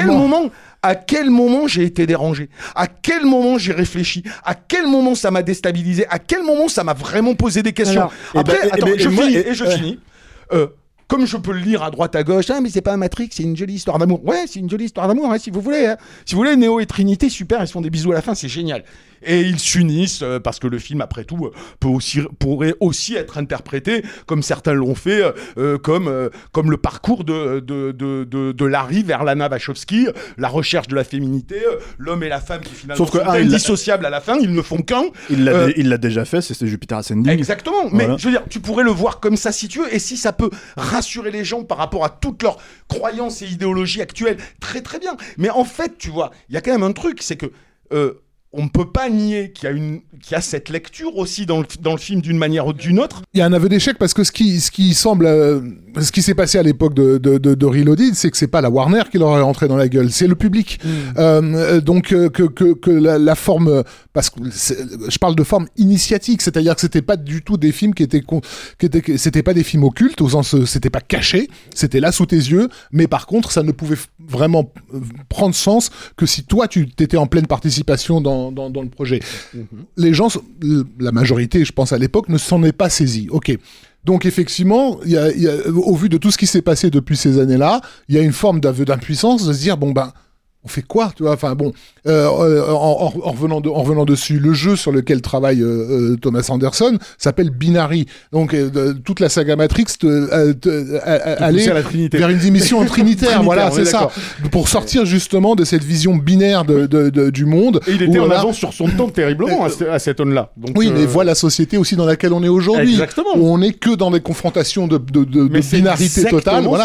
à quel moment j'ai été dérangé? À quel moment j'ai réfléchi? À quel moment ça m'a déstabilisé? À quel moment ça m'a vraiment posé des questions? Alors, je finis. Comme je peux le lire à droite à gauche, mais c'est pas un Matrix, c'est une jolie histoire d'amour. Ouais, c'est une jolie histoire d'amour, hein, si vous voulez. Hein. Si vous voulez, Néo et Trinité, super, ils se font des bisous à la fin, c'est génial. Et ils s'unissent parce que le film, après tout, pourrait aussi être interprété comme certains l'ont fait, comme le parcours de Larry vers Lana Wachowski, la recherche de la féminité, l'homme et la femme qui finalement sont indissociables à la fin, ils ne font qu'un. Il l'a déjà fait, c'est Jupiter Ascending. Exactement. Voilà. Mais je veux dire, tu pourrais le voir comme ça si tu veux, et si ça peut rassurer les gens par rapport à toutes leurs croyances et idéologies actuelles, très très bien. Mais en fait, tu vois, il y a quand même un truc, c'est que on ne peut pas nier qu'il y a cette lecture aussi dans le film d'une manière ou d'une autre. Il y a un aveu d'échec parce que ce qui semble, ce qui s'est passé à l'époque de Reloaded, c'est que c'est pas la Warner qui leur est rentré dans la gueule, c'est le public. Donc que la forme, parce que je parle de forme initiatique, c'est-à-dire que c'était pas du tout des films c'était pas des films occultes au sens c'était pas caché, c'était là sous tes yeux, mais par contre ça ne pouvait vraiment prendre sens que si toi tu t'étais en pleine participation dans le projet. Les gens, la majorité, je pense à l'époque, ne s'en est pas saisis. Ok. Donc effectivement, il y a, au vu de tout ce qui s'est passé depuis ces années-là, il y a une forme d'aveu d'impuissance de se dire bon ben on fait quoi, tu vois, enfin bon, en revenant dessus, le jeu sur lequel travaille Thomas Anderson s'appelle Binary. Donc toute la saga Matrix aller vers une dimension trinitaire. Voilà, c'est ça. Pour sortir justement de cette vision binaire du monde. Et il était en avance sur son temps terriblement à cette zone-là. Donc, oui, mais voilà la société aussi dans laquelle on est aujourd'hui. Exactement. Où on n'est que dans des confrontations de binarité totale. Voilà.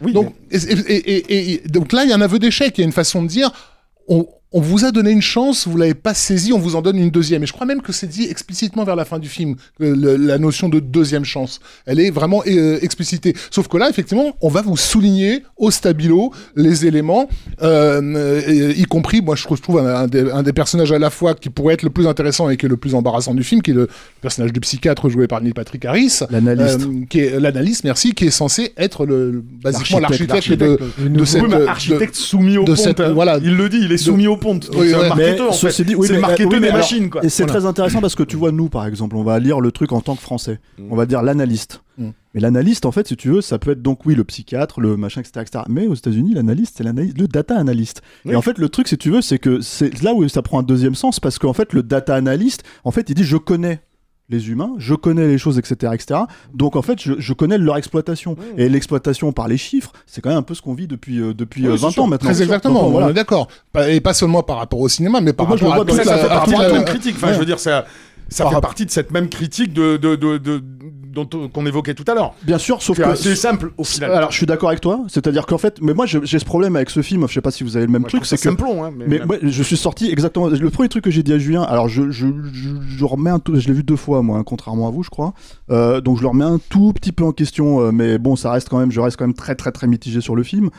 Donc là, il y a un aveu d'échec. Il y a une façon de dire... On vous a donné une chance, vous l'avez pas saisie, on vous en donne une deuxième. Et je crois même que c'est dit explicitement vers la fin du film, la notion de deuxième chance. Elle est vraiment explicitée. Sauf que là, effectivement, on va vous souligner au stabilo les éléments, y compris, moi je trouve un des personnages à la fois qui pourrait être le plus intéressant et qui est le plus embarrassant du film, qui est le personnage du psychiatre joué par Neil Patrick Harris. L'analyste. Qui est censé être basiquement l'architecte de cette... architecte soumis au ponte. Voilà. Il le dit, il est soumis au ponte. Donc c'est un marketeur, en fait. C'est le marketeur des machines, quoi. Et c'est très intéressant parce que tu vois, nous, par exemple, on va lire le truc en tant que Français. On va dire l'analyste. Mais l'analyste, en fait, si tu veux, ça peut être donc, oui, le psychiatre, le machin, etc., etc. Mais aux États-Unis, l'analyste, c'est le data analyst. Oui. Et en fait, le truc, si tu veux, c'est que c'est là où ça prend un deuxième sens parce qu'en fait, le data analyst, en fait, il dit je connais les humains, je connais les choses, etc., etc. Donc en fait, je connais leur exploitation. Et l'exploitation par les chiffres, c'est quand même un peu ce qu'on vit depuis 20 ans maintenant. Très exactement, donc, on est d'accord. Et pas seulement par rapport au cinéma, mais par rapport à toute ça fait partie de la même critique. Enfin, je veux dire, ça fait partie de cette même critique qu'on évoquait tout à l'heure. Bien sûr, sauf que c'est simple au final. Alors, je suis d'accord avec toi, c'est-à-dire qu'en fait, mais moi j'ai ce problème avec ce film, je sais pas si vous avez le même truc, c'est que simplon, hein, mais moi, je suis sorti exactement le premier truc que j'ai dit à Julien. Alors je remets je l'ai vu 2 fois moi, hein, contrairement à vous, je crois. Donc je le remets un tout petit peu en question, mais bon, je reste quand même très très très mitigé sur le film.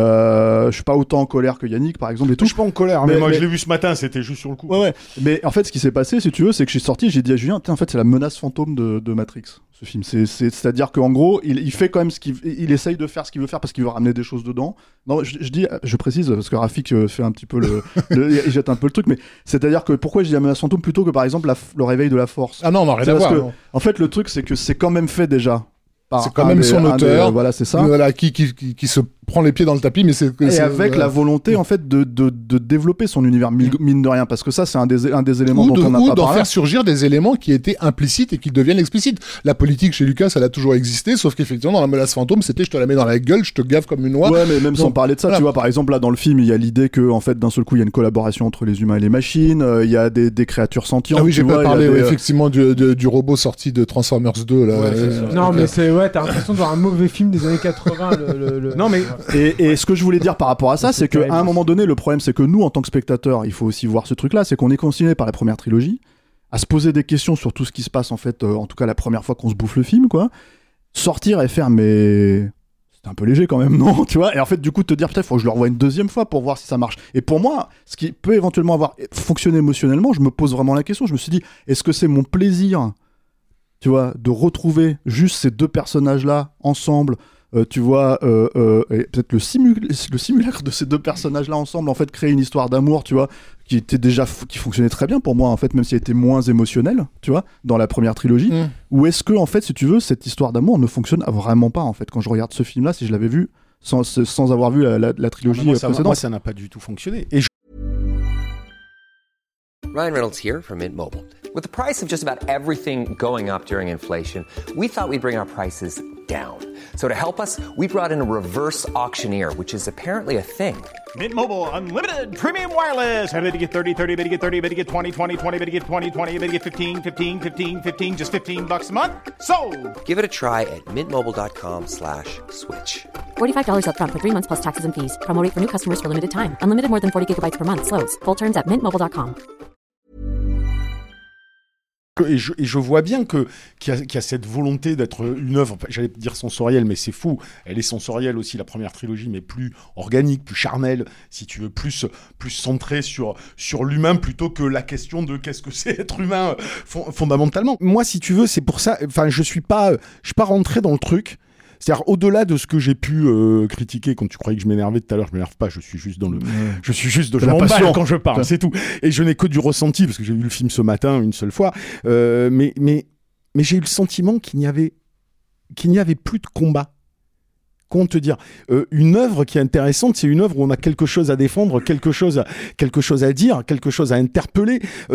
Je suis pas autant en colère que Yannick par exemple et tout. Je suis pas en colère, mais moi je l'ai vu ce matin, c'était juste sur le coup. Ouais. Mais en fait, ce qui s'est passé, si tu veux, c'est que je suis sorti, j'ai dit à Julien, en fait, c'est la menace fantôme de Matrix. Ce film, c'est-à-dire qu'en gros, il fait quand même il essaye de faire ce qu'il veut faire parce qu'il veut ramener des choses dedans. Non, je précise parce que Rafik fait un petit peu il jette un peu le truc, mais c'est-à-dire que pourquoi je dis la menace fantôme plutôt que par exemple le réveil de la force. Ah non, rien à voir. En fait, le truc, c'est que c'est quand même fait déjà. C'est quand même son auteur, voilà, c'est ça. Voilà, qui se prend les pieds dans le tapis, mais et avec la volonté en fait de développer son univers mine de rien, parce que ça c'est un des éléments dont on n'a pas parlé. Ou d'en faire surgir des éléments qui étaient implicites et qui deviennent explicites. La politique chez Lucas, elle a toujours existé, sauf qu'effectivement dans la menace fantôme, c'était je te la mets dans la gueule, je te gave comme une oie. Ouais, mais même sans parler de ça, voilà. Tu vois, par exemple là dans le film, il y a l'idée que en fait d'un seul coup il y a une collaboration entre les humains et les machines, il y a des créatures sentientes. Ah oui, j'ai pas parlé effectivement du robot sorti de Transformers 2 là. Non, mais c'est t'as l'impression de voir un mauvais film des années 80. Non mais et ce que je voulais dire par rapport à ça, c'est qu'à un moment donné, le problème c'est que nous en tant que spectateurs, il faut aussi voir ce truc là, c'est qu'on est consigné par la première trilogie à se poser des questions sur tout ce qui se passe en fait, en tout cas la première fois qu'on se bouffe le film quoi, sortir et faire mais c'est un peu léger quand même, non, tu vois, et en fait du coup te dire peut-être faut que je le revoie une deuxième fois pour voir si ça marche. Et pour moi, ce qui peut éventuellement avoir fonctionné émotionnellement, je me pose vraiment la question, je me suis dit est-ce que c'est mon plaisir, tu vois, de retrouver juste ces deux personnages là ensemble, tu vois, et peut-être le simulacre de ces deux personnages-là ensemble, en fait, créer une histoire d'amour, tu vois, qui fonctionnait très bien pour moi, en fait, même si elle était moins émotionnelle, tu vois, dans la première trilogie. Ou est-ce que, en fait, si tu veux, cette histoire d'amour ne fonctionne vraiment pas, en fait, quand je regarde ce film-là, si je l'avais vu sans avoir vu la trilogie précédente. Moi, ça n'a pas du tout fonctionné. Ryan Reynolds here from Mint Mobile. With the price of just about everything going up during inflation, we thought we'd bring our prices down. So to help us, we brought in a reverse auctioneer, which is apparently a thing. Mint Mobile Unlimited Premium Wireless. How to get 30, 30, how to get 30, how to get 20, 20, 20, how to get 20, 20, how to get 15, 15, 15, 15, just $15 a month? Sold! Give it a try at mintmobile.com/switch. $45 up front for 3 months plus taxes and fees. Promo rate for new customers for limited time. Unlimited more than 40 gigabytes per month. Slows full terms at mintmobile.com. Et je vois bien qu'il y a cette volonté d'être une œuvre, j'allais dire sensorielle, mais c'est fou. Elle est sensorielle aussi, la première trilogie, mais plus organique, plus charnelle, si tu veux, plus centrée sur l'humain plutôt que la question de qu'est-ce que c'est être humain fondamentalement. Moi, si tu veux, c'est pour ça. Enfin, je suis pas rentré dans le truc. C'est-à-dire, au-delà de ce que j'ai pu critiquer, quand tu croyais que je m'énervais tout à l'heure, je m'énerve pas, je m'emballe quand je parle, c'est tout. Et je n'ai que du ressenti, parce que j'ai vu le film ce matin une seule fois, mais j'ai eu le sentiment qu'il n'y avait plus de combat. comment te dire, une œuvre qui est intéressante, c'est une œuvre où on a quelque chose à défendre, quelque chose à dire, quelque chose à interpeller.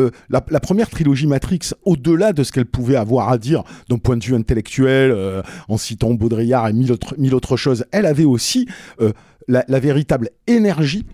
La première trilogie Matrix, au-delà de ce qu'elle pouvait avoir à dire d'un point de vue intellectuel, en citant Baudrillard et mille autres choses, elle avait aussi la véritable énergie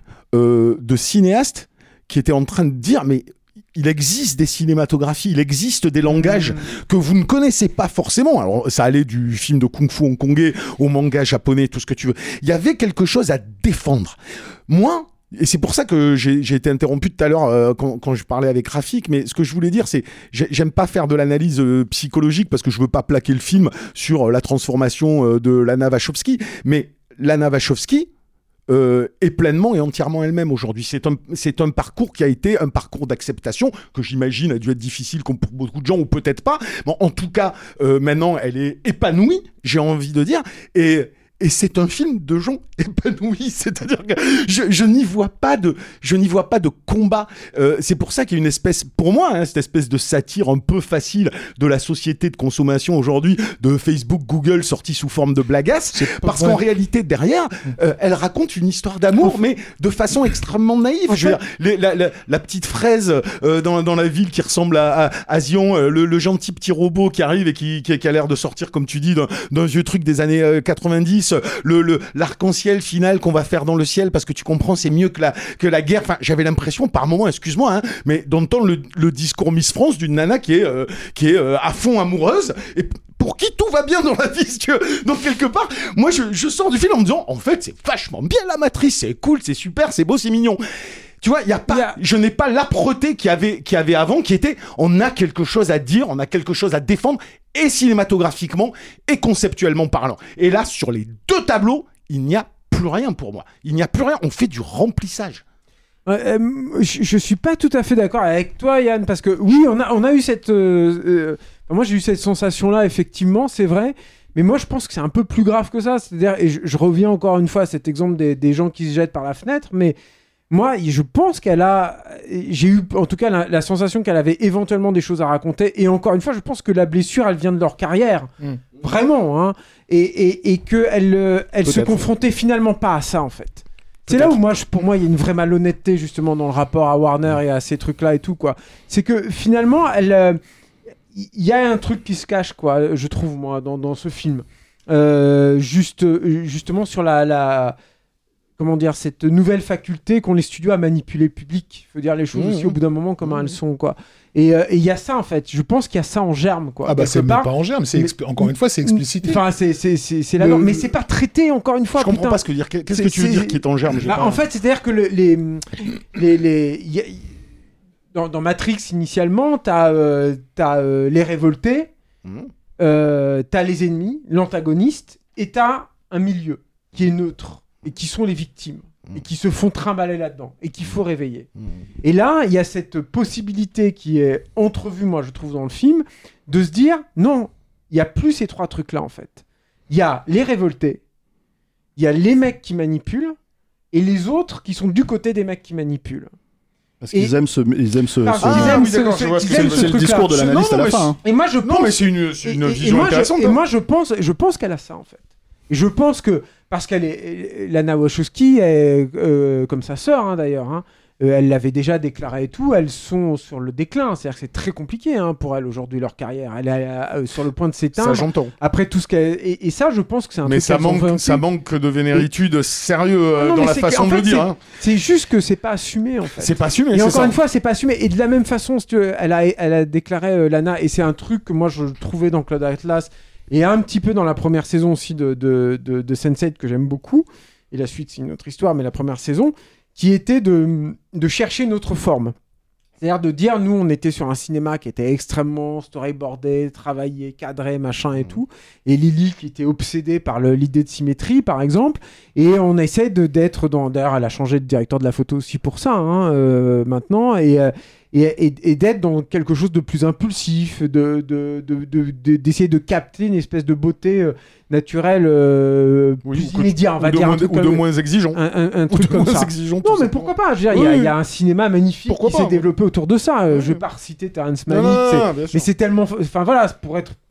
de cinéaste qui était en train de dire, mais il existe des cinématographies, il existe des langages que vous ne connaissez pas forcément. Alors, ça allait du film de kung-fu hongkongais au manga japonais, tout ce que tu veux. Il y avait quelque chose à défendre. Moi, et c'est pour ça que j'ai été interrompu tout à l'heure quand je parlais avec Rafik, mais ce que je voulais dire, c'est j'aime pas faire de l'analyse psychologique parce que je veux pas plaquer le film sur la transformation de Lana Wachowski, mais Lana Wachowski est pleinement et entièrement elle-même aujourd'hui. C'est un parcours qui a été un parcours d'acceptation que j'imagine a dû être difficile comme pour beaucoup de gens ou peut-être pas. Bon, en tout cas, maintenant, elle est épanouie, j'ai envie de dire, et c'est un film de gens épanouis, c'est-à-dire que je n'y vois pas de combat. C'est pour ça qu'il y a une espèce, pour moi, cette espèce de satire un peu facile de la société de consommation aujourd'hui, de Facebook, Google, sortie sous forme de blagasse, parce qu'en réalité, derrière, elle raconte une histoire d'amour, mais de façon extrêmement naïve. Je veux dire, la petite fraise dans la ville qui ressemble à Zion, le gentil petit robot qui arrive et qui a l'air de sortir, comme tu dis, d'un vieux truc des années 90, l'arc-en-ciel final qu'on va faire dans le ciel parce que tu comprends, c'est mieux que la guerre. Enfin, j'avais l'impression par moment, excuse-moi, mais d'entendre le discours Miss France d'une nana qui est à fond amoureuse et pour qui tout va bien dans la vie, si tu veux. Donc quelque part, moi je sors du film en me disant, en fait, c'est vachement bien la matrice, c'est cool, c'est super, c'est beau, c'est mignon. Tu vois, je n'ai pas l'âpreté qu'il y avait avant, qui était, on a quelque chose à dire, on a quelque chose à défendre, et cinématographiquement, et conceptuellement parlant. Et là, sur les deux tableaux, il n'y a plus rien pour moi. Il n'y a plus rien, on fait du remplissage. Je suis pas tout à fait d'accord avec toi, Yann, parce que oui, on a eu cette... moi, j'ai eu cette sensation-là, effectivement, c'est vrai. Mais moi, je pense que c'est un peu plus grave que ça. C'est-à-dire, et je reviens encore une fois à cet exemple des gens qui se jettent par la fenêtre, mais... Moi, je pense j'ai eu en tout cas la sensation qu'elle avait éventuellement des choses à raconter. Et encore une fois, je pense que la blessure, elle vient de leur carrière. Vraiment. Hein. Et qu'elle se confrontait finalement pas à ça, en fait. C'est là où pour moi, il y a une vraie malhonnêteté, justement, dans le rapport à Warner et à ces trucs-là et tout, quoi. C'est que finalement, il y a un truc qui se cache, quoi, je trouve, moi, dans ce film. Justement sur comment dire, cette nouvelle faculté qu'ont les studios à manipuler le public. Il faut dire les choses aussi au bout d'un moment comment elles sont, quoi. Et il y a ça, en fait. Je pense qu'il y a ça en germe, quoi. Ah bah c'est même pas en germe, encore une fois, c'est explicité. Enfin, c'est la norme, mais c'est pas traité, encore une fois. Je comprends pas ce que dire. Qu'est-ce que tu veux dire qui est en germe? En fait, c'est-à-dire que dans Matrix, initialement, t'as les révoltés, t'as les ennemis, l'antagoniste, et t'as un milieu qui est neutre. Et qui sont les victimes, et qui se font trimballer là-dedans, et qu'il faut réveiller. Et là, il y a cette possibilité qui est entrevue, moi, je trouve, dans le film, de se dire, non, il n'y a plus ces trois trucs-là, en fait. Il y a les révoltés, il y a les mecs qui manipulent, et les autres qui sont du côté des mecs qui manipulent. Parce qu'ils aiment ce... C'est le discours de l'analyste à la fin. Et moi, je pense... Non, mais c'est une vision intéressante. Et moi, je pense qu'elle a ça, en fait. Et je pense que, parce qu'elle est... Lana Wachowski, comme sa sœur, hein, d'ailleurs, hein, elle l'avait déjà déclaré et tout, elles sont sur le déclin. C'est-à-dire que c'est très compliqué pour elles, aujourd'hui, leur carrière. Elle est sur le point de s'éteindre. Ça, j'entends. Après tout ce qu'elle... Et ça, je pense que c'est un truc... Mais ça manque de vénéritude sérieux dans la façon de le dire. Hein. C'est juste que c'est pas assumé, en fait. C'est pas assumé, et encore une fois, c'est pas assumé. Et de la même façon, si tu veux, elle a déclaré, Lana, et c'est un truc que moi, je trouvais dans Cloud Atlas... Et un petit peu dans la première saison aussi de Sense8 que j'aime beaucoup, et la suite c'est une autre histoire, mais la première saison, qui était de chercher une autre forme. C'est-à-dire de dire, nous on était sur un cinéma qui était extrêmement storyboardé, travaillé, cadré, machin et tout, et Lily qui était obsédée par l'idée de symétrie par exemple, et on essaie d'être dans... D'ailleurs elle a changé de directeur de la photo aussi pour ça, maintenant, et d'être dans quelque chose de plus impulsif, d'essayer de capter une espèce de beauté naturelle plus immédiat, on va dire. Ou de moins exigeant. Un truc comme ça. Non, mais pourquoi pas? Il y a un cinéma magnifique qui s'est développé autour de ça. Je vais pas reciter Terrence Malick, mais c'est tellement... Enfin voilà, pour être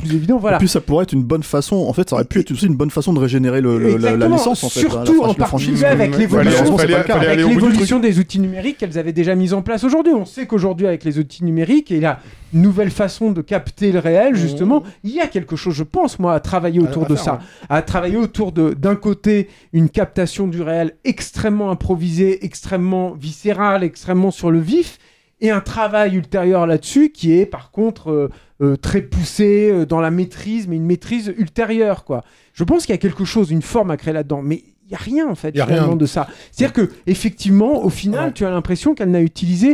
plus évident. Voilà. Et puis ça pourrait être une bonne façon, en fait, ça aurait pu être aussi une bonne façon de régénérer la licence, en fait. Surtout en particulier avec l'évolution des outils numériques qu'elles avaient déjà mis en place aujourd'hui. On sait qu'aujourd'hui, avec les outils numériques et la nouvelle façon de capter le réel, justement, il y a quelque chose, je pense, moi, à travailler autour de ça. À travailler autour d'un côté, une captation du réel extrêmement improvisée, extrêmement viscérale, extrêmement sur le vif, et un travail ultérieur là-dessus qui est par contre très poussé dans la maîtrise, mais une maîtrise ultérieure, quoi. Je pense qu'il y a quelque chose, une forme à créer là-dedans, mais il n'y a rien en fait finalement de ça. C'est-à-dire que effectivement, au final, tu as l'impression qu'elle n'a utilisé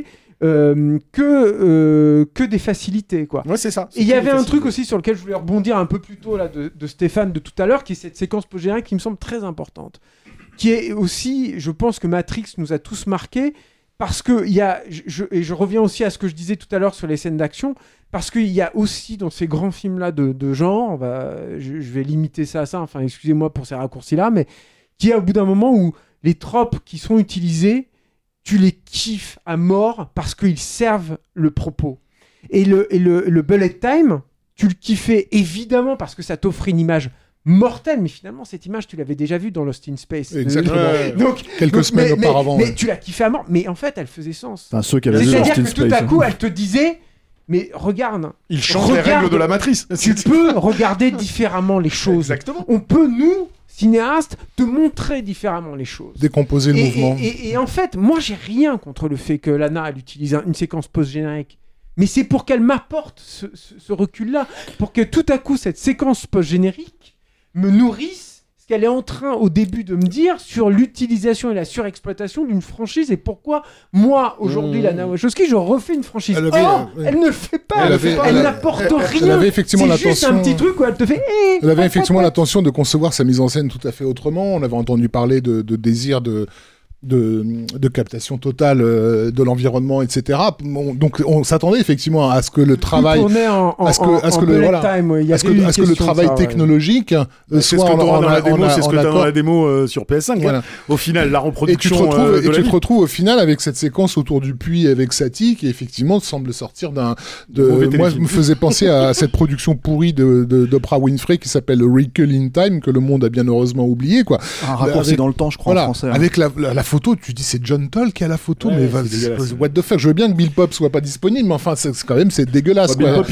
que des facilités, quoi. Ouais, c'est ça. Et il y avait un truc aussi sur lequel je voulais rebondir un peu plus tôt là de Stéphane de tout à l'heure, qui est cette séquence post-générique qui me semble très importante, qui est aussi, je pense que Matrix nous a tous marqués. Parce que il y a, et je reviens aussi à ce que je disais tout à l'heure sur les scènes d'action, parce qu'il y a aussi dans ces grands films-là de genre, je vais limiter ça à ça, enfin excusez-moi pour ces raccourcis-là, mais qu'il y a au bout d'un moment où les tropes qui sont utilisées, tu les kiffes à mort parce qu'ils servent le propos. Et le bullet time, tu le kiffais évidemment parce que ça t'offre une image mortel, mais finalement cette image tu l'avais déjà vue dans Lost in Space. Exactement. Quelques semaines auparavant. Mais tu l'as kiffé à mort, mais en fait elle faisait sens. Enfin, ceux qui avaient vu C'est-à-dire Lost in que Space, tout à coup elle te disait, mais regarde, il change les règles de la matrice. Tu peux regarder différemment les choses. Exactement. On peut, nous, cinéastes, te montrer différemment les choses. Décomposer le mouvement. Et en fait, moi j'ai rien contre le fait que Lana elle utilise une séquence post-générique. Mais c'est pour qu'elle m'apporte ce recul-là, pour que tout à coup cette séquence post-générique me nourrisse ce qu'elle est en train au début de me dire sur l'utilisation et la surexploitation d'une franchise et pourquoi moi aujourd'hui Lana Wachowski je refais une franchise. Elle ne le fait pas, elle n'apporte rien. Elle avait effectivement c'est juste un petit truc où elle te fait elle avait effectivement l'intention de concevoir sa mise en scène tout à fait autrement. On avait entendu parler de désir de captation totale de l'environnement, etc. Donc on s'attendait effectivement à ce que le travail, à ce que le travail technologique soit dans la démo, c'est ce que tu as dans la démo sur PS5. Voilà. Au final, la reproduction. Et tu te retrouves au final avec cette séquence autour du puits avec Satie qui effectivement semble sortir moi, me faisait penser à cette production pourrie d'Oprah Winfrey qui s'appelle Wrinkle in Time que le monde a bien heureusement oublié, quoi. Un raccourci dans le temps, je crois, en français. Avec la photo, tu dis c'est John Toll qui a la photo, mais what the fuck, je veux bien que Bill Pop soit pas disponible, mais enfin c'est dégueulasse. Bill Pop,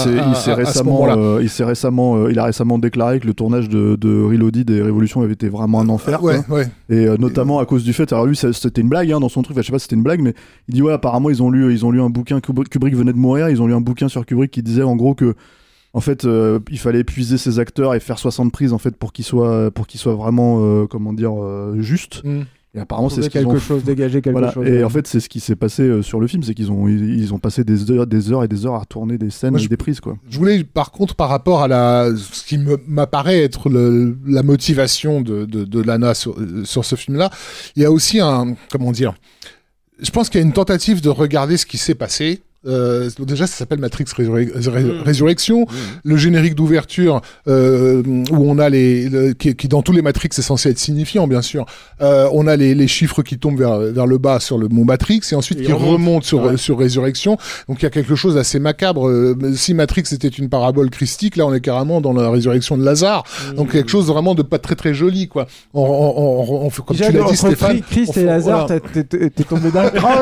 il a récemment déclaré que le tournage de Reloaded et Révolution avait été vraiment un enfer. Et notamment à cause du fait, alors lui c'était une blague dans son truc, je sais pas si c'était une blague, mais il dit apparemment ils ont lu un bouquin, Kubrick venait de mourir, ils ont lu un bouquin sur Kubrick qui disait en gros que en fait, il fallait épuiser ses acteurs et faire 60 prises en fait pour qu'ils soient vraiment justes. Et apparemment, c'est ce qu'ils ont dégager quelque chose. Et en fait, c'est ce qui s'est passé sur le film, c'est qu'ils ont passé des heures et des heures à retourner des scènes et des prises, quoi. Je voulais, par contre, par rapport à ce qui m'apparaît être la motivation de Lana sur ce film-là, il y a aussi je pense qu'il y a une tentative de regarder ce qui s'est passé. Déjà, ça s'appelle Matrix Résurrection. Le générique d'ouverture où on a qui dans tous les Matrix est censé être signifiant, bien sûr. On a les chiffres qui tombent vers le bas sur le mot Matrix et ensuite qui remontent sur Résurrection. Donc il y a quelque chose d'assez macabre. Si Matrix était une parabole christique, là on est carrément dans la résurrection de Lazare. Donc quelque chose vraiment de pas très très joli, quoi. On fait comme tu l'as dit, Stéphane. Christ et Lazare, t'es tombé d'un cran.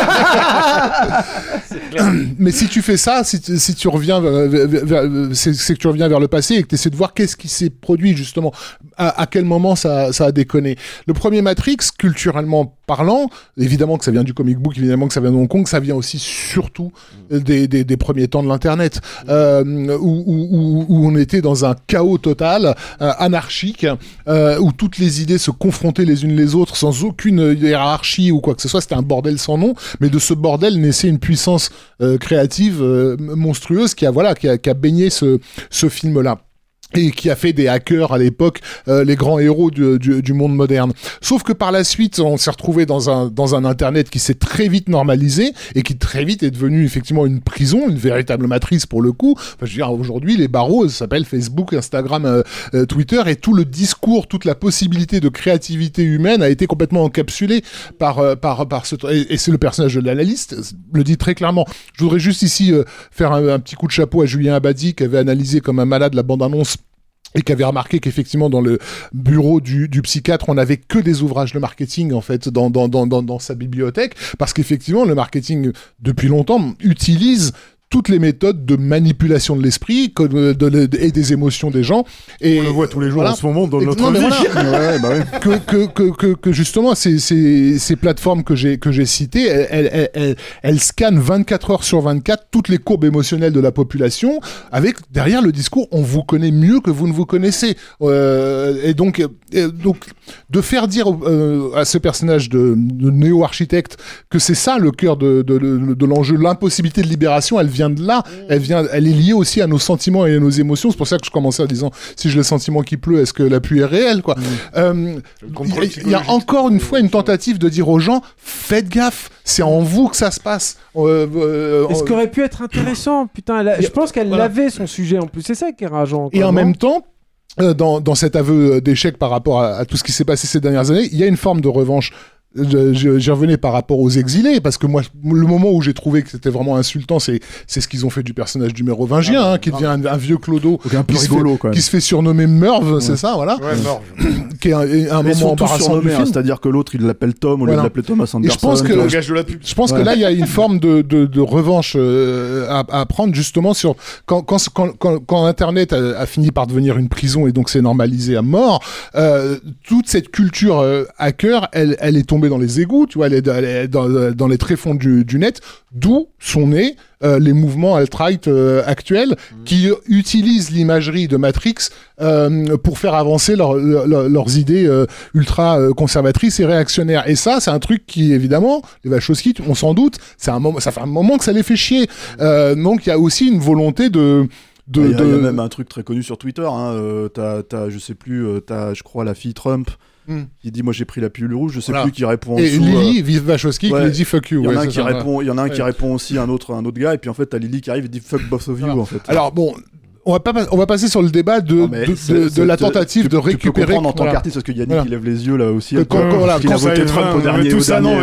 Mais si tu fais ça, si tu reviens c'est que tu reviens vers le passé et que tu essaies de voir qu'est-ce qui s'est produit justement, à quel moment ça a déconné. Le premier Matrix, culturellement parlant, évidemment que ça vient du comic book, évidemment que ça vient de Hong Kong, ça vient aussi surtout des premiers temps de l'internet, où on était dans un chaos total, anarchique, où toutes les idées se confrontaient les unes les autres sans aucune hiérarchie ou quoi que ce soit. C'était un bordel sans nom, mais de ce bordel naissait une puissance créative monstrueuse qui a baigné ce film-là. et qui a fait des hackers à l'époque les grands héros du monde moderne. Sauf que par la suite, on s'est retrouvé dans un internet qui s'est très vite normalisé et qui très vite est devenu effectivement une prison, une véritable matrice pour le coup. Enfin, je veux dire, aujourd'hui, les barreaux s'appellent Facebook, Instagram, Twitter, et tout le discours, toute la possibilité de créativité humaine a été complètement encapsulée par ce et c'est le personnage de l'analyste le dit très clairement. Je voudrais juste ici faire un petit coup de chapeau à Julien Abadi qui avait analysé comme un malade la bande-annonce et qui avait remarqué qu'effectivement dans le bureau du psychiatre, on n'avait que des ouvrages de marketing en fait dans sa bibliothèque, parce qu'effectivement le marketing depuis longtemps utilise toutes les méthodes de manipulation de l'esprit et des émotions des gens. Et on le voit tous les jours en ce moment dans notre vie. Voilà. Que justement ces plateformes que j'ai citées, elles scannent 24 heures sur 24 toutes les courbes émotionnelles de la population, avec derrière le discours on vous connaît mieux que vous ne vous connaissez. Et donc de faire dire à ce personnage de néo-architecte que c'est ça le cœur de l'enjeu, l'impossibilité de libération, elle vient de là, elle est liée aussi à nos sentiments et à nos émotions. C'est pour ça que je commençais en disant si j'ai le sentiment qu'il pleut, est-ce que la pluie est réelle, quoi. Il y a encore une fois une tentative de dire aux gens faites gaffe, c'est en vous que ça se passe. Ce qui aurait pu être intéressant, putain, je pense qu'elle l'avait son sujet en plus, c'est ça qui est rageant. Et en même temps, dans cet aveu d'échec par rapport à tout ce qui s'est passé ces dernières années, il y a une forme de revanche. J'y revenais par rapport aux exilés, parce que moi, le moment où j'ai trouvé que c'était vraiment insultant, c'est ce qu'ils ont fait du personnage du mérovingien, qui devient un vieux clodo, qui se fait surnommer Merv, c'est ça, voilà. Ouais, Merv. Qui est un moment embarrassant du film. C'est-à-dire que l'autre, il l'appelle Tom au lieu de l'appeler Thomas Anderson. Je pense que là, il y a une forme de revanche à prendre, justement, sur quand Internet a fini par devenir une prison, et donc c'est normalisé à mort, toute cette culture hacker, elle est tombée dans les égouts, tu vois, elle est dans les tréfonds du net, d'où sont nés les mouvements alt-right actuels qui utilisent l'imagerie de Matrix pour faire avancer leurs idées ultra conservatrices et réactionnaires. Et ça, c'est un truc qui, évidemment, les Wachowski, on s'en doute, ça fait un moment que ça les fait chier. Donc, il y a aussi une volonté de... Il y a même un truc très connu sur Twitter, hein, je sais plus, je crois, la fille Trump qui dit moi j'ai pris la pilule rouge, je sais plus qui répond en et dessous, Lily Wachowski qui lui dit fuck you. Il y en a un qui répond, il y en a un qui répond aussi à un autre gars, et puis en fait t'as Lily qui arrive et dit fuck both of you en fait. Alors bon, on va passer sur le débat de la tentative de récupérer. Tu peux comprendre en tant qu'artiste, parce que Yannick il lève les yeux là aussi. Quand il a voté Trump au dernier.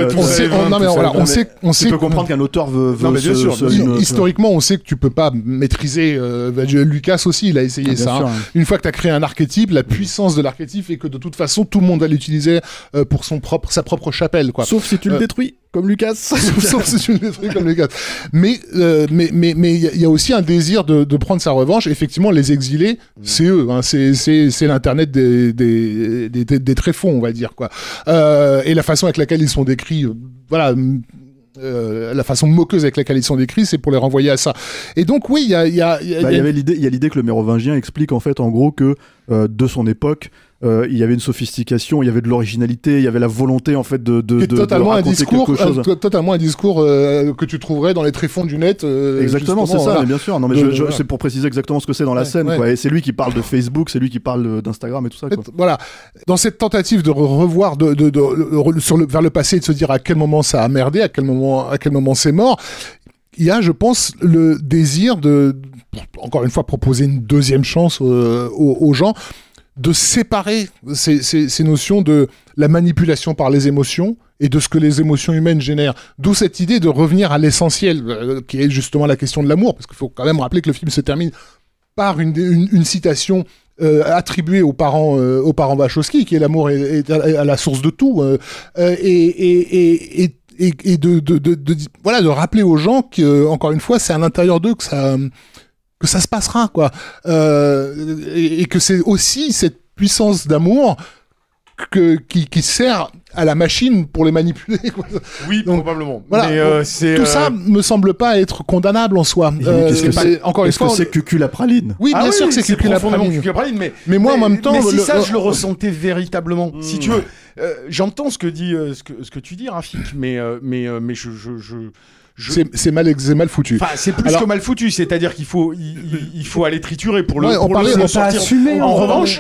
On sait. Tu peux comprendre qu'un auteur veut. Bien sûr. Historiquement, on sait que tu peux pas maîtriser. Lucas aussi, il a essayé ça. Une fois que tu as créé un archétype, la puissance de l'archétype fait que de toute façon, tout le monde va l'utiliser pour sa propre chapelle, quoi. Sauf si tu le détruis. Comme Lucas. Sauf si tu le détruis comme Lucas. Mais il y a aussi un désir de prendre sa revanche. Effectivement, les exilés, c'est eux. Hein, c'est l'internet des tréfonds, on va dire, quoi. Et la façon avec laquelle ils sont décrits, voilà. La façon moqueuse avec laquelle ils sont décrits, c'est pour les renvoyer à ça. Et donc oui, il y a l'idée que le mérovingien explique en fait en gros que de son époque, il y avait une sophistication, il y avait de l'originalité, il y avait la volonté en fait de raconter quelque chose. Totalement un discours que tu trouverais dans les tréfonds du net. Exactement, c'est ça, voilà. Mais bien sûr. Non, mais c'est pour préciser exactement ce que c'est dans la scène, quoi. Et c'est lui qui parle de Facebook, c'est lui qui parle d'Instagram et tout ça, quoi. Voilà. Dans cette tentative de revoir vers le passé et de se dire à quel moment ça a merdé, à quel moment c'est mort, il y a, je pense, le désir encore une fois, proposer une deuxième chance aux gens, de séparer ces notions de la manipulation par les émotions et de ce que les émotions humaines génèrent. D'où cette idée de revenir à l'essentiel, qui est justement la question de l'amour, parce qu'il faut quand même rappeler que le film se termine par une citation attribuée aux parents Wachowski, qui est l'amour est à la source de tout, et de rappeler aux gens que, encore une fois, c'est à l'intérieur d'eux que ça se passera, quoi. Et que c'est aussi cette puissance d'amour qui sert à la machine pour les manipuler, quoi. Oui, donc, probablement. Voilà. Mais tout ça me semble pas être condamnable en soi. Est-ce que c'est Cucu la praline? Oui, bien sûr que c'est Cucu la praline. Mais moi, en même temps, si ça, je le ressentais véritablement. Si tu veux, j'entends ce que tu dis, Rafik, mais c'est mal foutu. Enfin, c'est plus que mal foutu, c'est-à-dire qu'il faut aller triturer pour le sortir. Assumé, en revanche,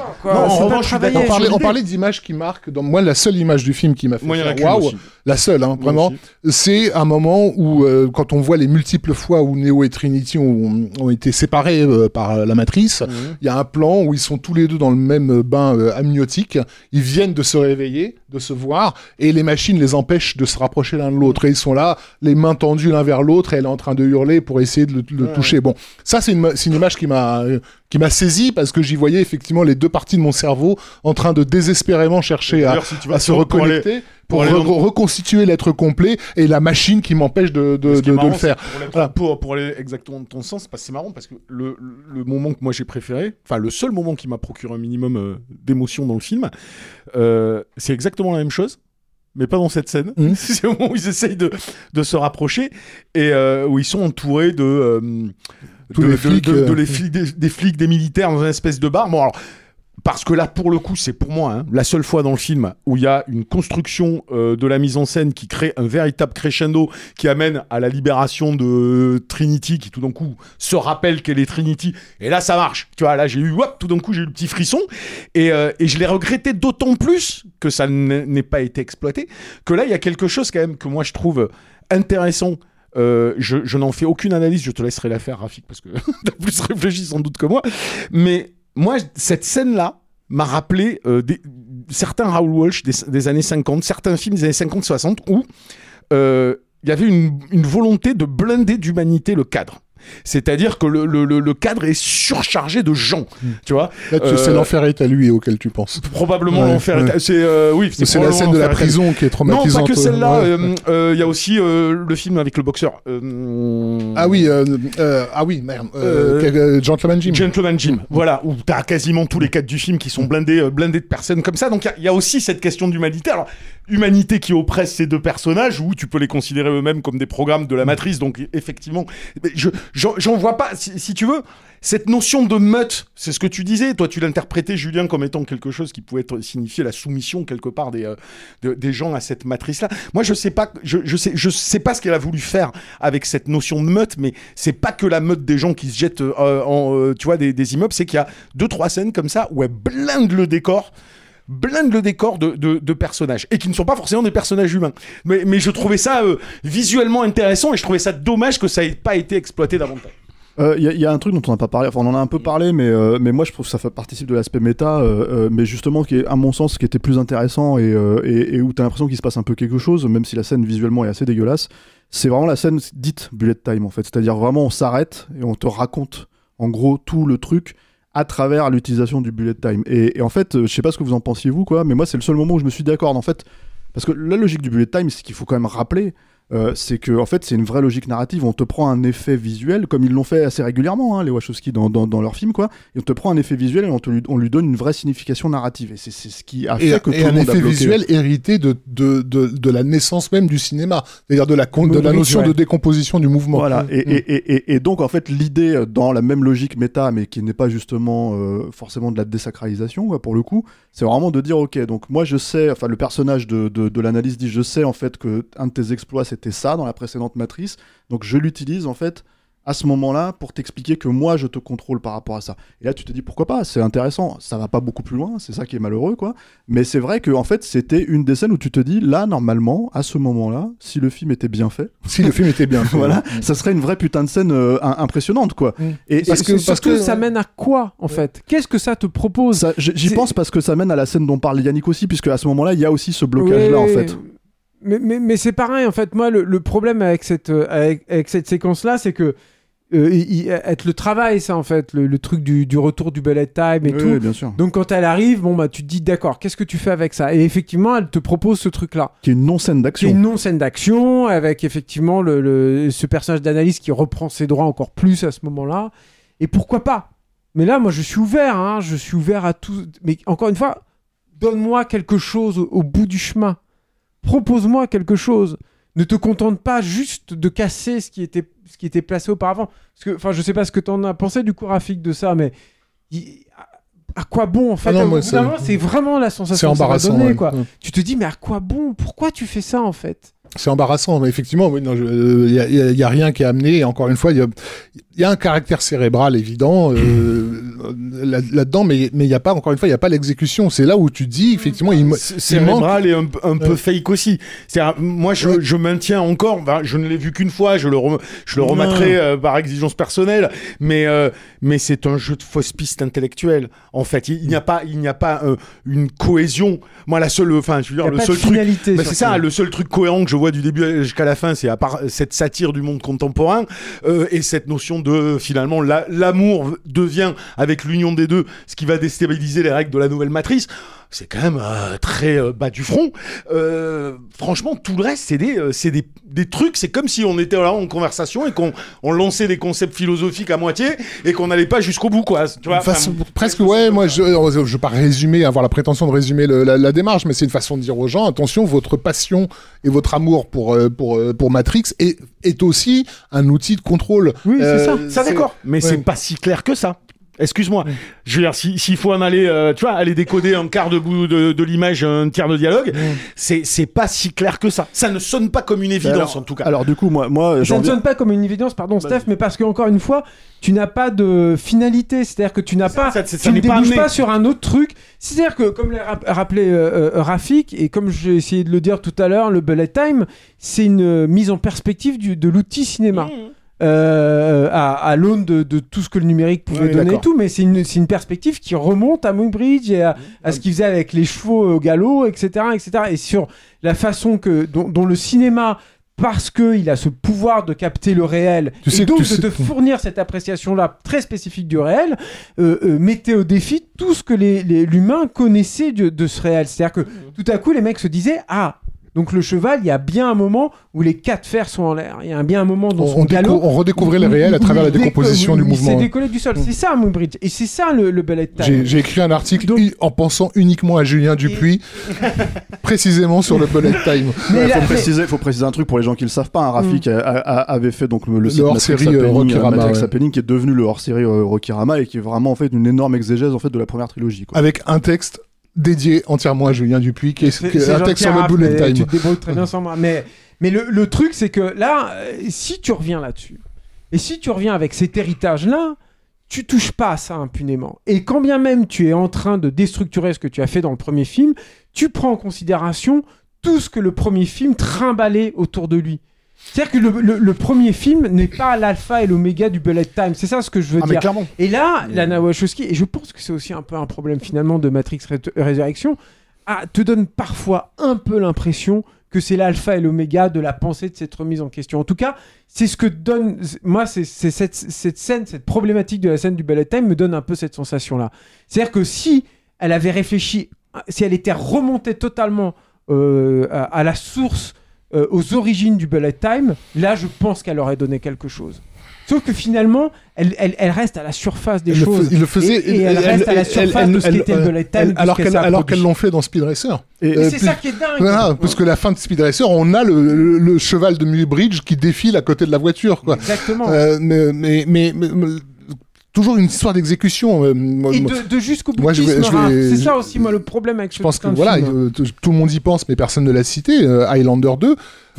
on parlait d'images qui marquent. Dans moi, la seule image du film qui m'a fait waouh, la seule, vraiment, c'est un moment où quand on voit les multiples fois où Neo et Trinity ont été séparés par la matrice, il y a un plan où ils sont tous les deux dans le même bain amniotique. Ils viennent de se réveiller, de se voir, et les machines les empêchent de se rapprocher l'un de l'autre. Et ils sont là, les mains tendues l'un vers l'autre, et elle est en train de hurler pour essayer de le toucher. Bon, ça c'est une image qui m'a saisi parce que j'y voyais effectivement les deux parties de mon cerveau en train de désespérément chercher à se reconnecter pour reconstituer l'être complet et la machine qui m'empêche de le faire. Pour aller exactement dans ton sens, parce que c'est marrant parce que le moment que moi j'ai préféré, enfin le seul moment qui m'a procuré un minimum d'émotion dans le film, c'est exactement la même chose. Mais pas dans cette scène. C'est au moment où ils essayent de se rapprocher et où ils sont entourés des flics, des militaires dans une espèce de bar. Bon, alors, parce que là, pour le coup, c'est pour moi la seule fois dans le film où il y a une construction de la mise en scène qui crée un véritable crescendo qui amène à la libération de Trinity, qui tout d'un coup se rappelle qu'elle est Trinity. Et là, ça marche. Tu vois, là, tout d'un coup, j'ai eu le petit frisson. Et je l'ai regretté d'autant plus que ça n'ait pas été exploité, que là, il y a quelque chose quand même que moi, je trouve intéressant. Je n'en fais aucune analyse, je te laisserai la faire, Rafik, parce que t'as plus réfléchi sans doute que moi. Mais moi, cette scène-là m'a rappelé certains Raoul Walsh des années 50, certains films des années 50-60 où il y avait une volonté de blinder d'humanité le cadre. C'est-à-dire que le cadre est surchargé de gens, tu vois. Là, c'est l'enfer est à lui auquel tu penses. Probablement l'enfer est à... C'est la scène de la prison qui est traumatisante. Non, pas que celle-là. Il y a aussi le film avec le boxeur. Gentleman Jim. Gentleman Jim. Voilà, où t'as quasiment tous les cadres du film qui sont blindés de personnes comme ça. Donc il y a aussi cette question d'humanité. Alors, humanité qui oppresse ces deux personnages, où tu peux les considérer eux-mêmes comme des programmes de la matrice. Donc effectivement, j'en vois pas, si tu veux, cette notion de meute, c'est ce que tu disais, toi tu l'interprétais, Julien, comme étant quelque chose qui pouvait signifier la soumission quelque part des gens à cette matrice-là. Moi je sais pas ce qu'elle a voulu faire avec cette notion de meute, mais c'est pas que la meute des gens qui se jettent tu vois, des immeubles, c'est qu'il y a 2-3 scènes comme ça où elle blinde le décor de personnages et qui ne sont pas forcément des personnages humains, mais je trouvais ça visuellement intéressant et je trouvais ça dommage que ça ait pas été exploité davantage. Y a un truc dont on n'a pas parlé, enfin on en a un peu parlé, mais moi je trouve que ça participe de l'aspect méta, mais justement qui est à mon sens qui était plus intéressant et où t'as l'impression qu'il se passe un peu quelque chose, même si la scène visuellement est assez dégueulasse. C'est vraiment la scène dite bullet time en fait, c'est-à-dire vraiment on s'arrête et on te raconte en gros tout le truc à travers l'utilisation du bullet time. Et en fait, je sais pas ce que vous en pensiez vous, quoi, mais moi c'est le seul moment où je me suis dit d'accord, en fait, parce que la logique du bullet time, c'est qu'il faut quand même rappeler, c'est que en fait c'est une vraie logique narrative. On te prend un effet visuel comme ils l'ont fait assez régulièrement, les Wachowski dans leurs films, quoi. Et on te prend un effet visuel et on lui donne une vraie signification narrative. Et c'est ce qui a fait que tout le monde a bloqué. Et un effet visuel hérité de la naissance même du cinéma, c'est-à-dire de la notion de décomposition du mouvement. Voilà. Et donc en fait l'idée dans la même logique méta, mais qui n'est pas justement forcément de la désacralisation, quoi, pour le coup, c'est vraiment de dire ok, donc moi je sais, enfin le personnage de l'analyse dit je sais en fait que un de tes exploits c'était ça dans la précédente matrice, donc je l'utilise en fait à ce moment-là pour t'expliquer que moi je te contrôle par rapport à ça. Et là tu te dis pourquoi pas, c'est intéressant, ça va pas beaucoup plus loin, c'est ça qui est malheureux, quoi. Mais c'est vrai que en fait c'était une des scènes où tu te dis là normalement à ce moment-là, si le film était bien fait, voilà, ça serait une vraie putain de scène impressionnante, quoi. Et parce que ça mène à quoi en fait? Qu'est-ce que ça te propose? J'y pense parce que ça mène à la scène dont parle Yannick aussi, puisque à ce moment-là il y a aussi ce blocage-là en fait. Mais c'est pareil en fait. Moi le problème avec cette séquence là, c'est que être le travail, ça en fait, le truc du retour du bullet time et tout. Bien sûr. Donc quand elle arrive, bon bah tu te dis d'accord, qu'est-ce que tu fais avec ça? Et effectivement elle te propose ce truc là qui est une non-scène d'action, avec effectivement ce personnage d'analyse qui reprend ses droits encore plus à ce moment là. Et pourquoi pas? Mais là moi je suis ouvert à tout. Mais encore une fois, donne-moi quelque chose au bout du chemin. Propose-moi quelque chose. Ne te contente pas juste de casser ce qui était placé auparavant. Parce que, enfin, je sais pas ce que t'en as pensé du coup, Rafik, de ça, mais à quoi bon en fait? C'est vraiment la sensation que ça va donner, quoi. Tu te dis mais à quoi bon? Pourquoi tu fais ça en fait? C'est embarrassant, mais effectivement, il y a rien qui est amené. Et encore une fois, il y a un caractère cérébral évident là-dedans, mais il y a pas, encore une fois, il y a pas l'exécution. C'est là où tu dis effectivement, cérébral et un peu fake aussi. Moi, je maintiens encore. Je ne l'ai vu qu'une fois. Je le remettrai par exigence personnelle, mais c'est un jeu de fausse piste intellectuelle. En fait, il n'y a pas une cohésion. Moi, le seul truc, c'est ça, le seul truc cohérent que je vois du début jusqu'à la fin, c'est à part cette satire du monde contemporain et cette notion de finalement l'amour devient avec l'union des deux ce qui va déstabiliser les règles de la nouvelle matrice. C'est quand même très bas du front. Franchement, tout le reste, c'est des trucs. C'est comme si on était là en conversation et qu'on lançait des concepts philosophiques à moitié et qu'on n'allait pas jusqu'au bout, quoi. Tu vois, presque, ouais. Moi, je vais pas résumer, avoir la prétention de résumer la démarche, mais c'est une façon de dire aux gens, attention, votre passion et votre amour pour Matrix est aussi un outil de contrôle. Oui, c'est ça. Ça, d'accord. Mais c'est pas si clair que ça. Excuse-moi, je veux dire, s'il faut en aller, aller décoder un quart de bout de l'image, un tiers de dialogue, c'est pas si clair que ça. Ça ne sonne pas comme une évidence, en tout cas. Alors, du coup, moi ça ne sonne pas comme une évidence, pardon, Steph, mais parce qu'encore une fois, tu n'as pas de finalité, c'est-à-dire que tu n'as pas, tu ne débouches pas sur un autre truc. C'est-à-dire que, comme l'a rappelé Rafik, et comme j'ai essayé de le dire tout à l'heure, le bullet time, c'est une mise en perspective de l'outil cinéma. À l'aune de tout ce que le numérique pouvait donner et tout, mais c'est une perspective qui remonte à Muybridge et à ce qu'il faisait avec les chevaux au galop, etc., et sur la façon dont le cinéma, parce qu'il a ce pouvoir de capter le réel et donc de te fournir cette appréciation-là très spécifique du réel, mettait au défi tout ce que l'humain connaissait de ce réel. C'est-à-dire que tout à coup, les mecs se disaient « Ah !» Donc le cheval, il y a bien un moment où les quatre fers sont en l'air. Il y a bien un moment dans son galop... On redécouvrait le réel à travers la décomposition du mouvement. Il s'est décollé du sol. C'est ça, Muybridge. Et c'est ça, le bullet time. J'ai écrit un article en pensant uniquement à Julien Dupuis, précisément sur le bullet time. Il faut préciser un truc pour les gens qui ne le savent pas. Rafik avait fait donc le hors-série Matrix Happening, qui est devenu le hors-série Rokirama et qui est vraiment en fait une énorme exégèse en fait de la première trilogie, quoi. Avec un texte dédié entièrement à Julien Dupuis, qui est un texte sur le bullet time. Tu te débrouilles très bien sans moi. Mais le truc, c'est que là, si tu reviens là-dessus, et si tu reviens avec cet héritage-là, tu touches pas à ça impunément. Et quand bien même tu es en train de déstructurer ce que tu as fait dans le premier film, tu prends en considération tout ce que le premier film trimballait autour de lui. C'est-à-dire que le premier film n'est pas l'alpha et l'oméga du bullet time. C'est ça ce que je veux dire. Clairement. Et là, Lana Wachowski, et je pense que c'est aussi un peu un problème finalement de Matrix Résurrection, te donne parfois un peu l'impression que c'est l'alpha et l'oméga de la pensée de cette remise en question. En tout cas, c'est ce que donne... Moi, c'est cette scène, cette problématique de la scène du bullet time me donne un peu cette sensation-là. C'est-à-dire que si elle avait réfléchi, si elle était remontée totalement à la source, aux origines du bullet time, là je pense qu'elle aurait donné quelque chose. Sauf que finalement, elle reste à la surface des choses. Elle reste à la surface de ce qu'était le bullet time. Alors qu'elles l'ont fait dans Speed Racer. Et c'est ça qui est dingue. Voilà, parce que la fin de Speed Racer, on a le cheval de Muybridge qui défile à côté de la voiture, quoi. Exactement. Mais toujours une histoire d'exécution. Et de jusqu'au boutisme. C'est ça aussi, moi, le problème avec ce film. Je pense que voilà, tout le monde y pense, mais personne ne l'a cité. Highlander 2.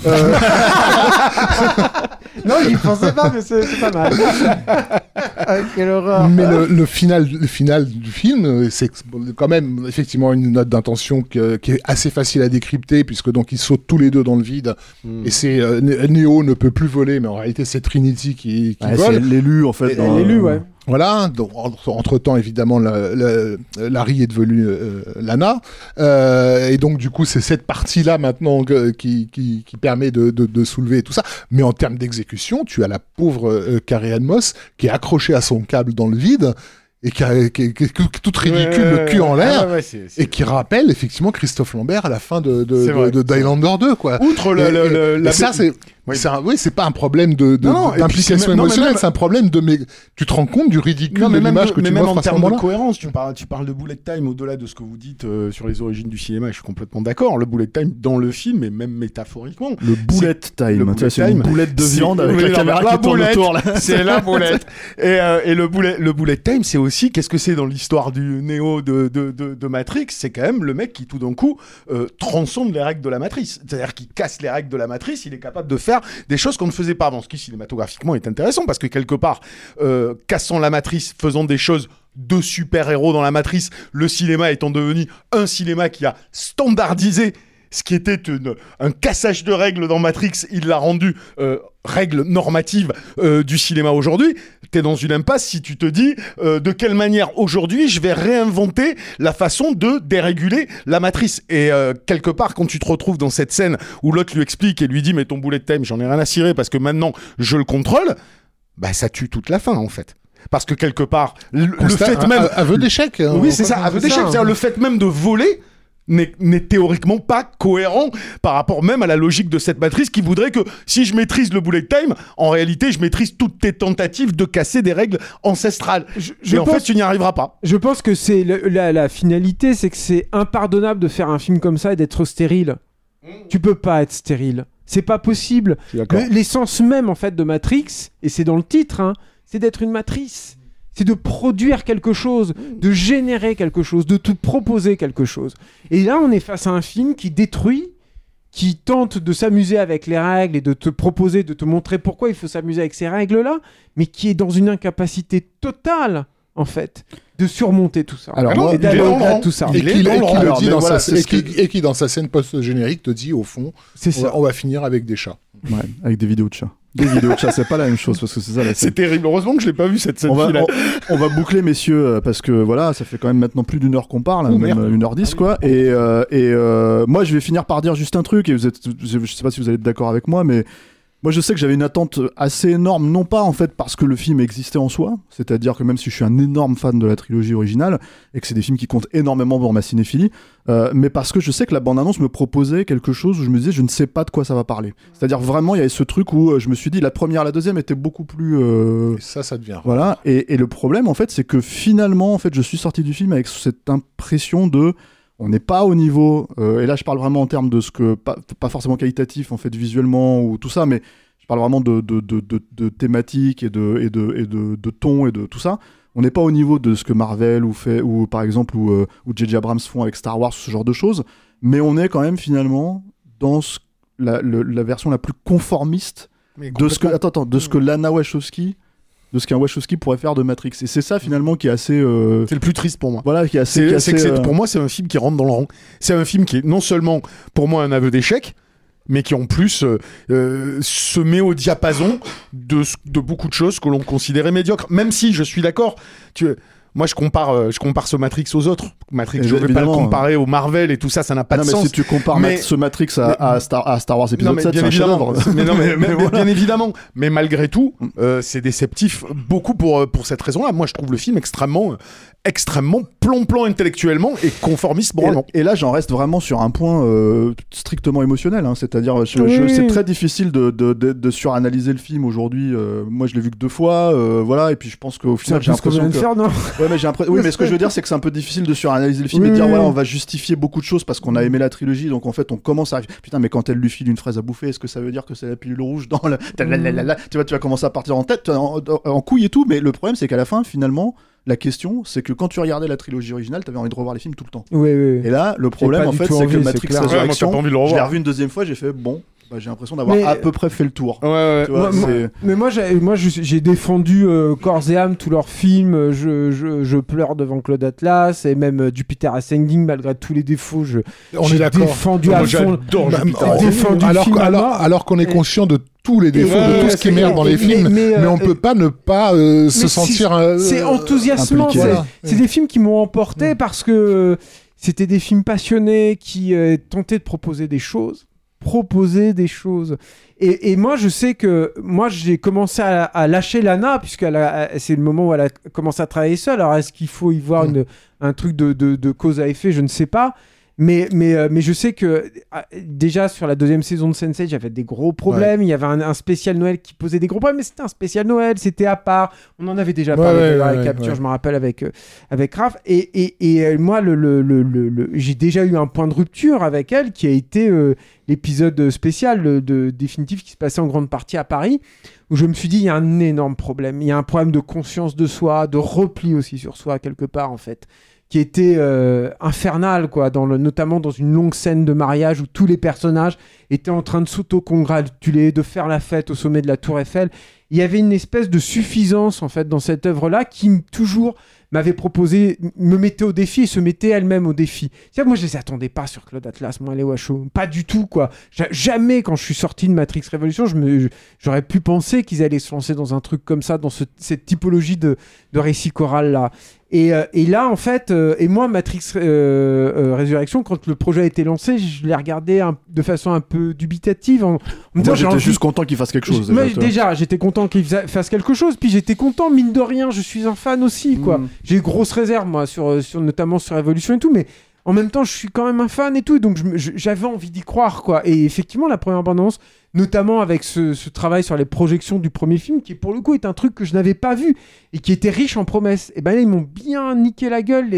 Non, il y pensait pas, mais c'est pas mal. Quelle horreur. Mais le final du film, c'est quand même effectivement une note d'intention qui est assez facile à décrypter, puisque donc ils sautent tous les deux dans le vide. Et c'est Neo ne peut plus voler, mais en réalité c'est Trinity qui vole. C'est l'élu en fait. L'élu, ouais. Voilà, donc entre-temps évidemment Larry est devenu Lana, et donc du coup c'est cette partie-là maintenant qui permet de soulever tout ça. Mais en termes d'exécution, tu as la pauvre Carrie-Anne Moss qui est accrochée à son câble dans le vide et qui est toute ridicule, le cul en l'air, et qui rappelle effectivement Christophe Lambert à la fin de Highlander 2, quoi. Outre c'est pas un problème d'implication émotionnelle, c'est un problème de tu te rends compte du ridicule de l'image que tu m'offres à ce moment-là. Mais même en termes de cohérence, tu parles de bullet time au-delà de ce que vous dites sur les origines du cinéma, je suis complètement d'accord. Le bullet time dans le film et même métaphoriquement. Le bullet time, c'est une boulette de viande avec la caméra qui tourne autour là. C'est la boulette. Et le bullet time, c'est aussi qu'est-ce que c'est dans l'histoire du Néo de Matrix, c'est quand même le mec qui tout d'un coup transcende les règles de la matrice. C'est-à-dire qu'il casse les règles de la matrice, il est capable de faire des choses qu'on ne faisait pas avant, ce qui cinématographiquement est intéressant parce que quelque part, cassant la matrice, faisant des choses de super-héros dans la matrice, le cinéma étant devenu un cinéma qui a standardisé ce qui était un cassage de règles dans Matrix, il l'a rendu règle normative du cinéma aujourd'hui. T'es dans une impasse si tu te dis de quelle manière aujourd'hui je vais réinventer la façon de déréguler la matrice. Et quelque part, quand tu te retrouves dans cette scène où l'autre lui explique et lui dit mais ton bullet time, j'en ai rien à cirer parce que maintenant je le contrôle, bah ça tue toute la fin en fait. Parce que quelque part, le fait même... Aveu d'échec. Oui, c'est ça, aveu d'échec. C'est-à-dire le fait même de voler n'est théoriquement pas cohérent par rapport même à la logique de cette matrice qui voudrait que si je maîtrise le bullet time, en réalité, je maîtrise toutes tes tentatives de casser des règles ancestrales. En fait, tu n'y arriveras pas. Je pense que c'est la finalité, c'est que c'est impardonnable de faire un film comme ça et d'être stérile. Tu peux pas être stérile. C'est pas possible. L'essence même, en fait, de Matrix, et c'est dans le titre, hein, c'est d'être une matrice. C'est de produire quelque chose, de générer quelque chose, de te proposer quelque chose. Et là, on est face à un film qui détruit, qui tente de s'amuser avec les règles et de te proposer, de te montrer pourquoi il faut s'amuser avec ces règles-là, mais qui est dans une incapacité totale, en fait, de surmonter tout ça. Alors, et d'aller au-delà de tout ça. Et qui, dans sa scène post-générique, te dit, au fond, on va finir avec des chats. Ouais, avec des vidéos de chats. Des vidéos de chats, c'est pas la même chose parce que c'est ça la scène. C'est terrible. Heureusement que je l'ai pas vu cette scène. On va boucler, messieurs, parce que voilà, ça fait quand même maintenant plus d'1 heure qu'on parle, même 1h10 quoi. Et moi, je vais finir par dire juste un truc. Et je sais pas si vous allez être d'accord avec moi, mais moi, je sais que j'avais une attente assez énorme, non pas en fait parce que le film existait en soi, c'est-à-dire que même si je suis un énorme fan de la trilogie originale et que c'est des films qui comptent énormément dans ma cinéphilie, mais parce que je sais que la bande-annonce me proposait quelque chose où je me disais je ne sais pas de quoi ça va parler. C'est-à-dire vraiment il y avait ce truc où je me suis dit la première, la deuxième étaient beaucoup plus. Et ça devient. Voilà. Et le problème en fait c'est que finalement en fait je suis sorti du film avec cette impression de on n'est pas au niveau, et là je parle vraiment en termes de ce que, pas forcément qualitatif en fait visuellement ou tout ça, mais je parle vraiment de thématiques et de ton et de tout ça. On n'est pas au niveau de ce que Marvel ou par exemple ou J.J. Abrams font avec Star Wars, ce genre de choses, mais on est quand même finalement dans la version la plus conformiste de ce que Lana Wachowski, de ce qu'un Wachowski pourrait faire de Matrix. Et c'est ça finalement qui est assez... C'est le plus triste pour moi. Voilà, qui est assez... Pour moi, c'est un film qui rentre dans le rang. C'est un film qui est non seulement pour moi un aveu d'échec, mais qui en plus se met au diapason de beaucoup de choses que l'on considérait médiocres. Même si, je suis d'accord, moi je compare ce Matrix aux autres. Matrix, je ne vais pas le comparer au Marvel et tout ça, ça n'a pas de sens. Si tu compares ce Matrix à Star Wars épisode 7, c'est un chef-d'œuvre. Bien évidemment. Mais malgré tout, c'est déceptif beaucoup pour cette raison-là. Moi je trouve le film extrêmement plomb intellectuellement et conformiste moralement. Et là j'en reste vraiment sur un point strictement émotionnel, hein. C'est-à-dire c'est très difficile de suranalyser le film aujourd'hui. Moi je l'ai vu que 2 fois, voilà, et puis je pense qu'au final j'ai l'impression que... Ouais, mais ce que je veux dire c'est que c'est un peu difficile de suranalyser le film et de dire voilà, on va justifier beaucoup de choses parce qu'on a aimé la trilogie, donc en fait on commence à... Putain, mais quand elle lui file une fraise à bouffer, est-ce que ça veut dire que c'est la pilule rouge dans le... Tu vas commencer à partir en tête, en couille et tout, mais le problème c'est qu'à la fin finalement la question, c'est que quand tu regardais la trilogie originale, t'avais envie de revoir les films tout le temps. Oui. Et là, le problème, en fait, c'est que Matrix Resurrection, je l'ai revu une deuxième fois, j'ai fait bon. J'ai l'impression d'avoir à peu près fait le tour. Ouais. Tu vois, mais moi, j'ai défendu corps et âme tous leurs films. Je pleure devant Claude Atlas et même Jupiter Ascending, malgré tous les défauts. J'ai défendu à fond. Alors qu'on est conscient de tous les défauts, de tout ce qui merde dans les films, mais on peut pas ne pas se sentir. C'est enthousiasmant. C'est des films qui m'ont emporté parce que c'était des films passionnés qui tentaient de proposer des choses. Et moi je sais que j'ai commencé à lâcher Lana puisque c'est le moment où elle a commencé à travailler seule. Alors est-ce qu'il faut y voir un truc de cause à effet, je ne sais pas, Mais je sais que déjà sur la deuxième saison de Sense8, j'avais des gros problèmes. Il y avait un spécial Noël qui posait des gros problèmes, mais c'était un spécial Noël, c'était à part. On en avait déjà parlé dans la capture, je me rappelle avec Raph. Et moi, j'ai déjà eu un point de rupture avec elle qui a été l'épisode spécial de définitif qui se passait en grande partie à Paris, où je me suis dit il y a un énorme problème. Il y a un problème de conscience de soi, de repli aussi sur soi quelque part en fait, qui était infernal quoi, notamment dans une longue scène de mariage où tous les personnages étaient en train de s'auto-congratuler, de faire la fête au sommet de la Tour Eiffel. Il y avait une espèce de suffisance en fait dans cette œuvre-là qui toujours m'avait proposé, me mettait au défi et se mettait elle-même au défi. C'est-à-dire que moi, je les attendais pas sur Claude Atlas, moi, les Washoe. Pas du tout, quoi. Jamais, quand je suis sorti de Matrix Revolution, j'aurais pu penser qu'ils allaient se lancer dans un truc comme ça, dans cette typologie de récit choral-là. Et là, en fait, et moi, Matrix Résurrection, quand le projet a été lancé, je l'ai regardé de façon un peu dubitative. Moi, j'étais juste content qu'il fasse quelque chose. Déjà, j'étais content qu'il fasse quelque chose, puis j'étais content, mine de rien, je suis un fan aussi, quoi. J'ai eu grosse réserve, moi, notamment sur Evolution et tout, mais en même temps, je suis quand même un fan et tout, et donc j'avais envie d'y croire, quoi. Et effectivement, la première bande-annonce, notamment avec ce travail sur les projections du premier film, qui pour le coup est un truc que je n'avais pas vu et qui était riche en promesses. Et ben là, ils m'ont bien niqué la gueule,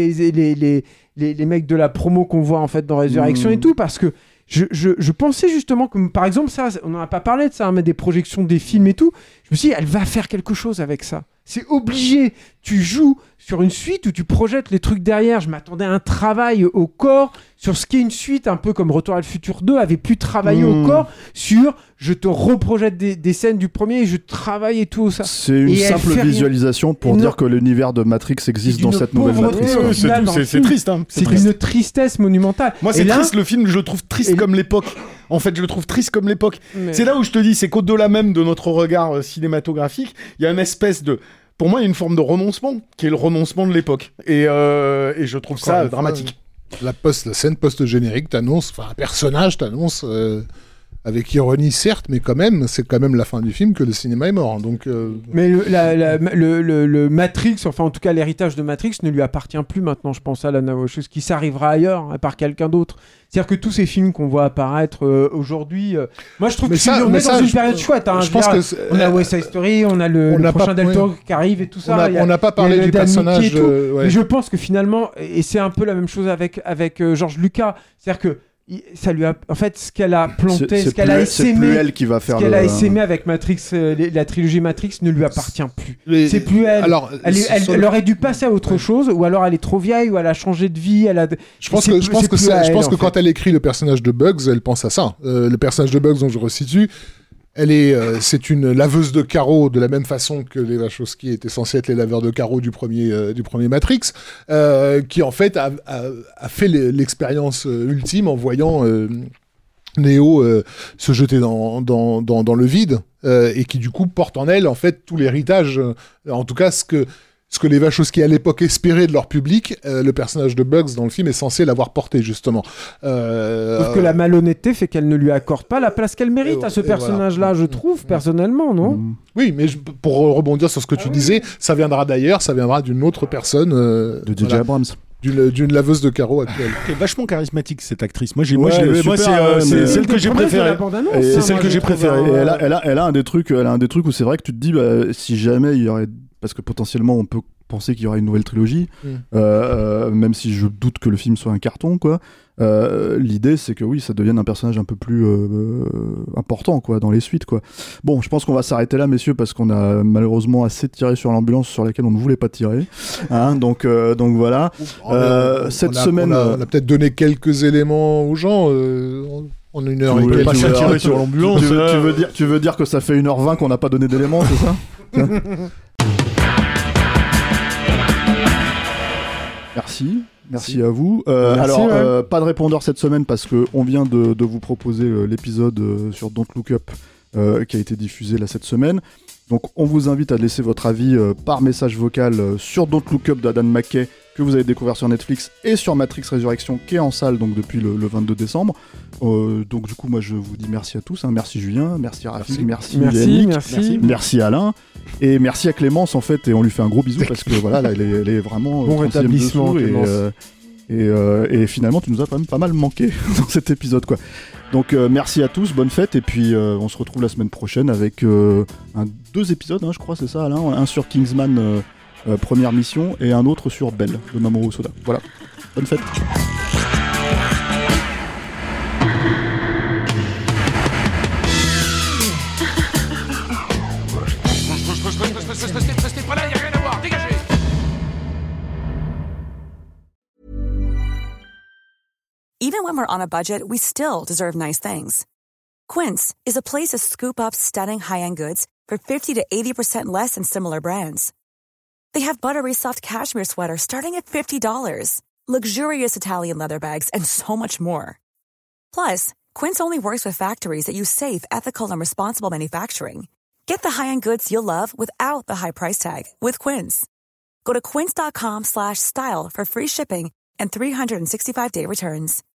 les mecs de la promo qu'on voit en fait dans Résurrection et tout, parce que je pensais justement que, par exemple, ça, on n'en a pas parlé de ça, hein, mais des projections des films et tout, je me suis dit, elle va faire quelque chose avec ça. C'est obligé. Tu joues sur une suite où tu projettes les trucs derrière. Je m'attendais à un travail au corps sur ce qui est une suite, un peu comme Retour à le futur 2 avait pu travailler au corps sur je te reprojette des scènes du premier et je travaille et tout ça. C'est une simple visualisation pour dire que l'univers de Matrix existe dans cette nouvelle Matrix. C'est triste. Hein. C'est une tristesse monumentale. Moi, c'est triste, le film, je le trouve triste comme l'époque. En fait, je le trouve triste comme l'époque. C'est là où je te dis, c'est qu'au-delà même de notre regard cinématographique, il y a une espèce de... Pour moi, il y a une forme de renoncement, qui est le renoncement de l'époque. Et je trouve ça dramatique. La scène post-générique t'annonce, un personnage t'annonce, avec ironie certes, mais quand même, c'est quand même la fin du film que le cinéma est mort. Donc, Mais le Matrix, enfin en tout cas l'héritage de Matrix ne lui appartient plus maintenant, je pense à Lana Wachowski, qui s'arrivera ailleurs, par quelqu'un d'autre. C'est-à-dire que tous ces films qu'on voit apparaître aujourd'hui, moi je trouve que on est dans une période chouette. Hein, on a West Side Story, on a le prochain Del Toro qui arrive et tout ça. On n'a pas parlé du personnage. Mais je pense que finalement, et c'est un peu la même chose avec George Lucas, c'est-à-dire que ça lui a, en fait, ce qu'elle a planté, ce qu'elle a essaimé, essaimé avec Matrix, la trilogie Matrix ne lui appartient plus. C'est plus elle. Alors, elle aurait dû passer à autre chose, ou alors elle est trop vieille, ou elle a changé de vie. Je pense que quand elle écrit le personnage de Bugs, elle pense à ça. Le personnage de Bugs, dont je resitue, c'est une laveuse de carreaux de la même façon que les Wachowski étaient censés être les laveurs de carreaux du premier Matrix, qui en fait a fait l'expérience ultime en voyant Neo se jeter dans le vide, et qui du coup porte en elle en fait tout l'héritage, en tout cas ce que les Wachowski à l'époque espéraient de leur public. Le personnage de Bugs dans le film est censé l'avoir porté justement. Sauf que la malhonnêteté fait qu'elle ne lui accorde pas la place qu'elle mérite à ce personnage-là, je trouve, personnellement, non ? Oui, mais pour rebondir sur ce que tu disais, ça viendra d'ailleurs, ça viendra d'une autre personne. De DJ Abrams. D'une laveuse de carreaux actuelle. Elle est vachement charismatique, cette actrice. Moi, c'est celle que j'ai préférée. C'est celle que j'ai préférée. Elle a un des trucs où c'est vrai que tu te dis, si jamais il y aurait... Parce que potentiellement, on peut penser qu'il y aura une nouvelle trilogie, même si je doute que le film soit un carton, quoi. L'idée, c'est que oui, ça devienne un personnage un peu plus important, quoi, dans les suites, quoi. Bon, je pense qu'on va s'arrêter là, messieurs, parce qu'on a malheureusement assez tiré sur l'ambulance sur laquelle on ne voulait pas tirer. Hein, donc voilà. Cette semaine... On a peut-être donné quelques éléments aux gens... En une heure et quelques. Pas tirer sur l'ambulance. Tu veux dire que ça fait 1h20 qu'on n'a pas donné d'éléments, c'est ça? Merci à vous. Pas de répondeur cette semaine parce qu'on vient de vous proposer l'épisode sur Don't Look Up qui a été diffusé là cette semaine. Donc on vous invite à laisser votre avis par message vocal sur Don't Look Up d'Adam McKay que vous avez découvert sur Netflix et sur Matrix Résurrection qui est en salle donc depuis le 22 décembre. Donc du coup moi je vous dis merci à tous, hein. Merci Julien, merci Rafik, merci Yannick, merci Alain et merci à Clémence en fait, et on lui fait un gros bisou parce que voilà là, elle est vraiment bon rétablissement Et finalement, tu nous as quand même pas mal manqué dans cet épisode, quoi. Donc merci à tous, bonne fête, et puis on se retrouve la semaine prochaine avec 2 épisodes, je crois, c'est ça, Alain, un sur Kingsman, première mission, et un autre sur Belle de Mamoru Soda. Voilà, bonne fête. Even when we're on a budget, we still deserve nice things. Quince is a place to scoop up stunning high-end goods for 50 to 80% less than similar brands. They have buttery soft cashmere sweaters starting at $50, luxurious Italian leather bags, and so much more. Plus, Quince only works with factories that use safe, ethical, and responsible manufacturing. Get the high-end goods you'll love without the high price tag with Quince. Go to quince.com/style for free shipping and 365-day returns.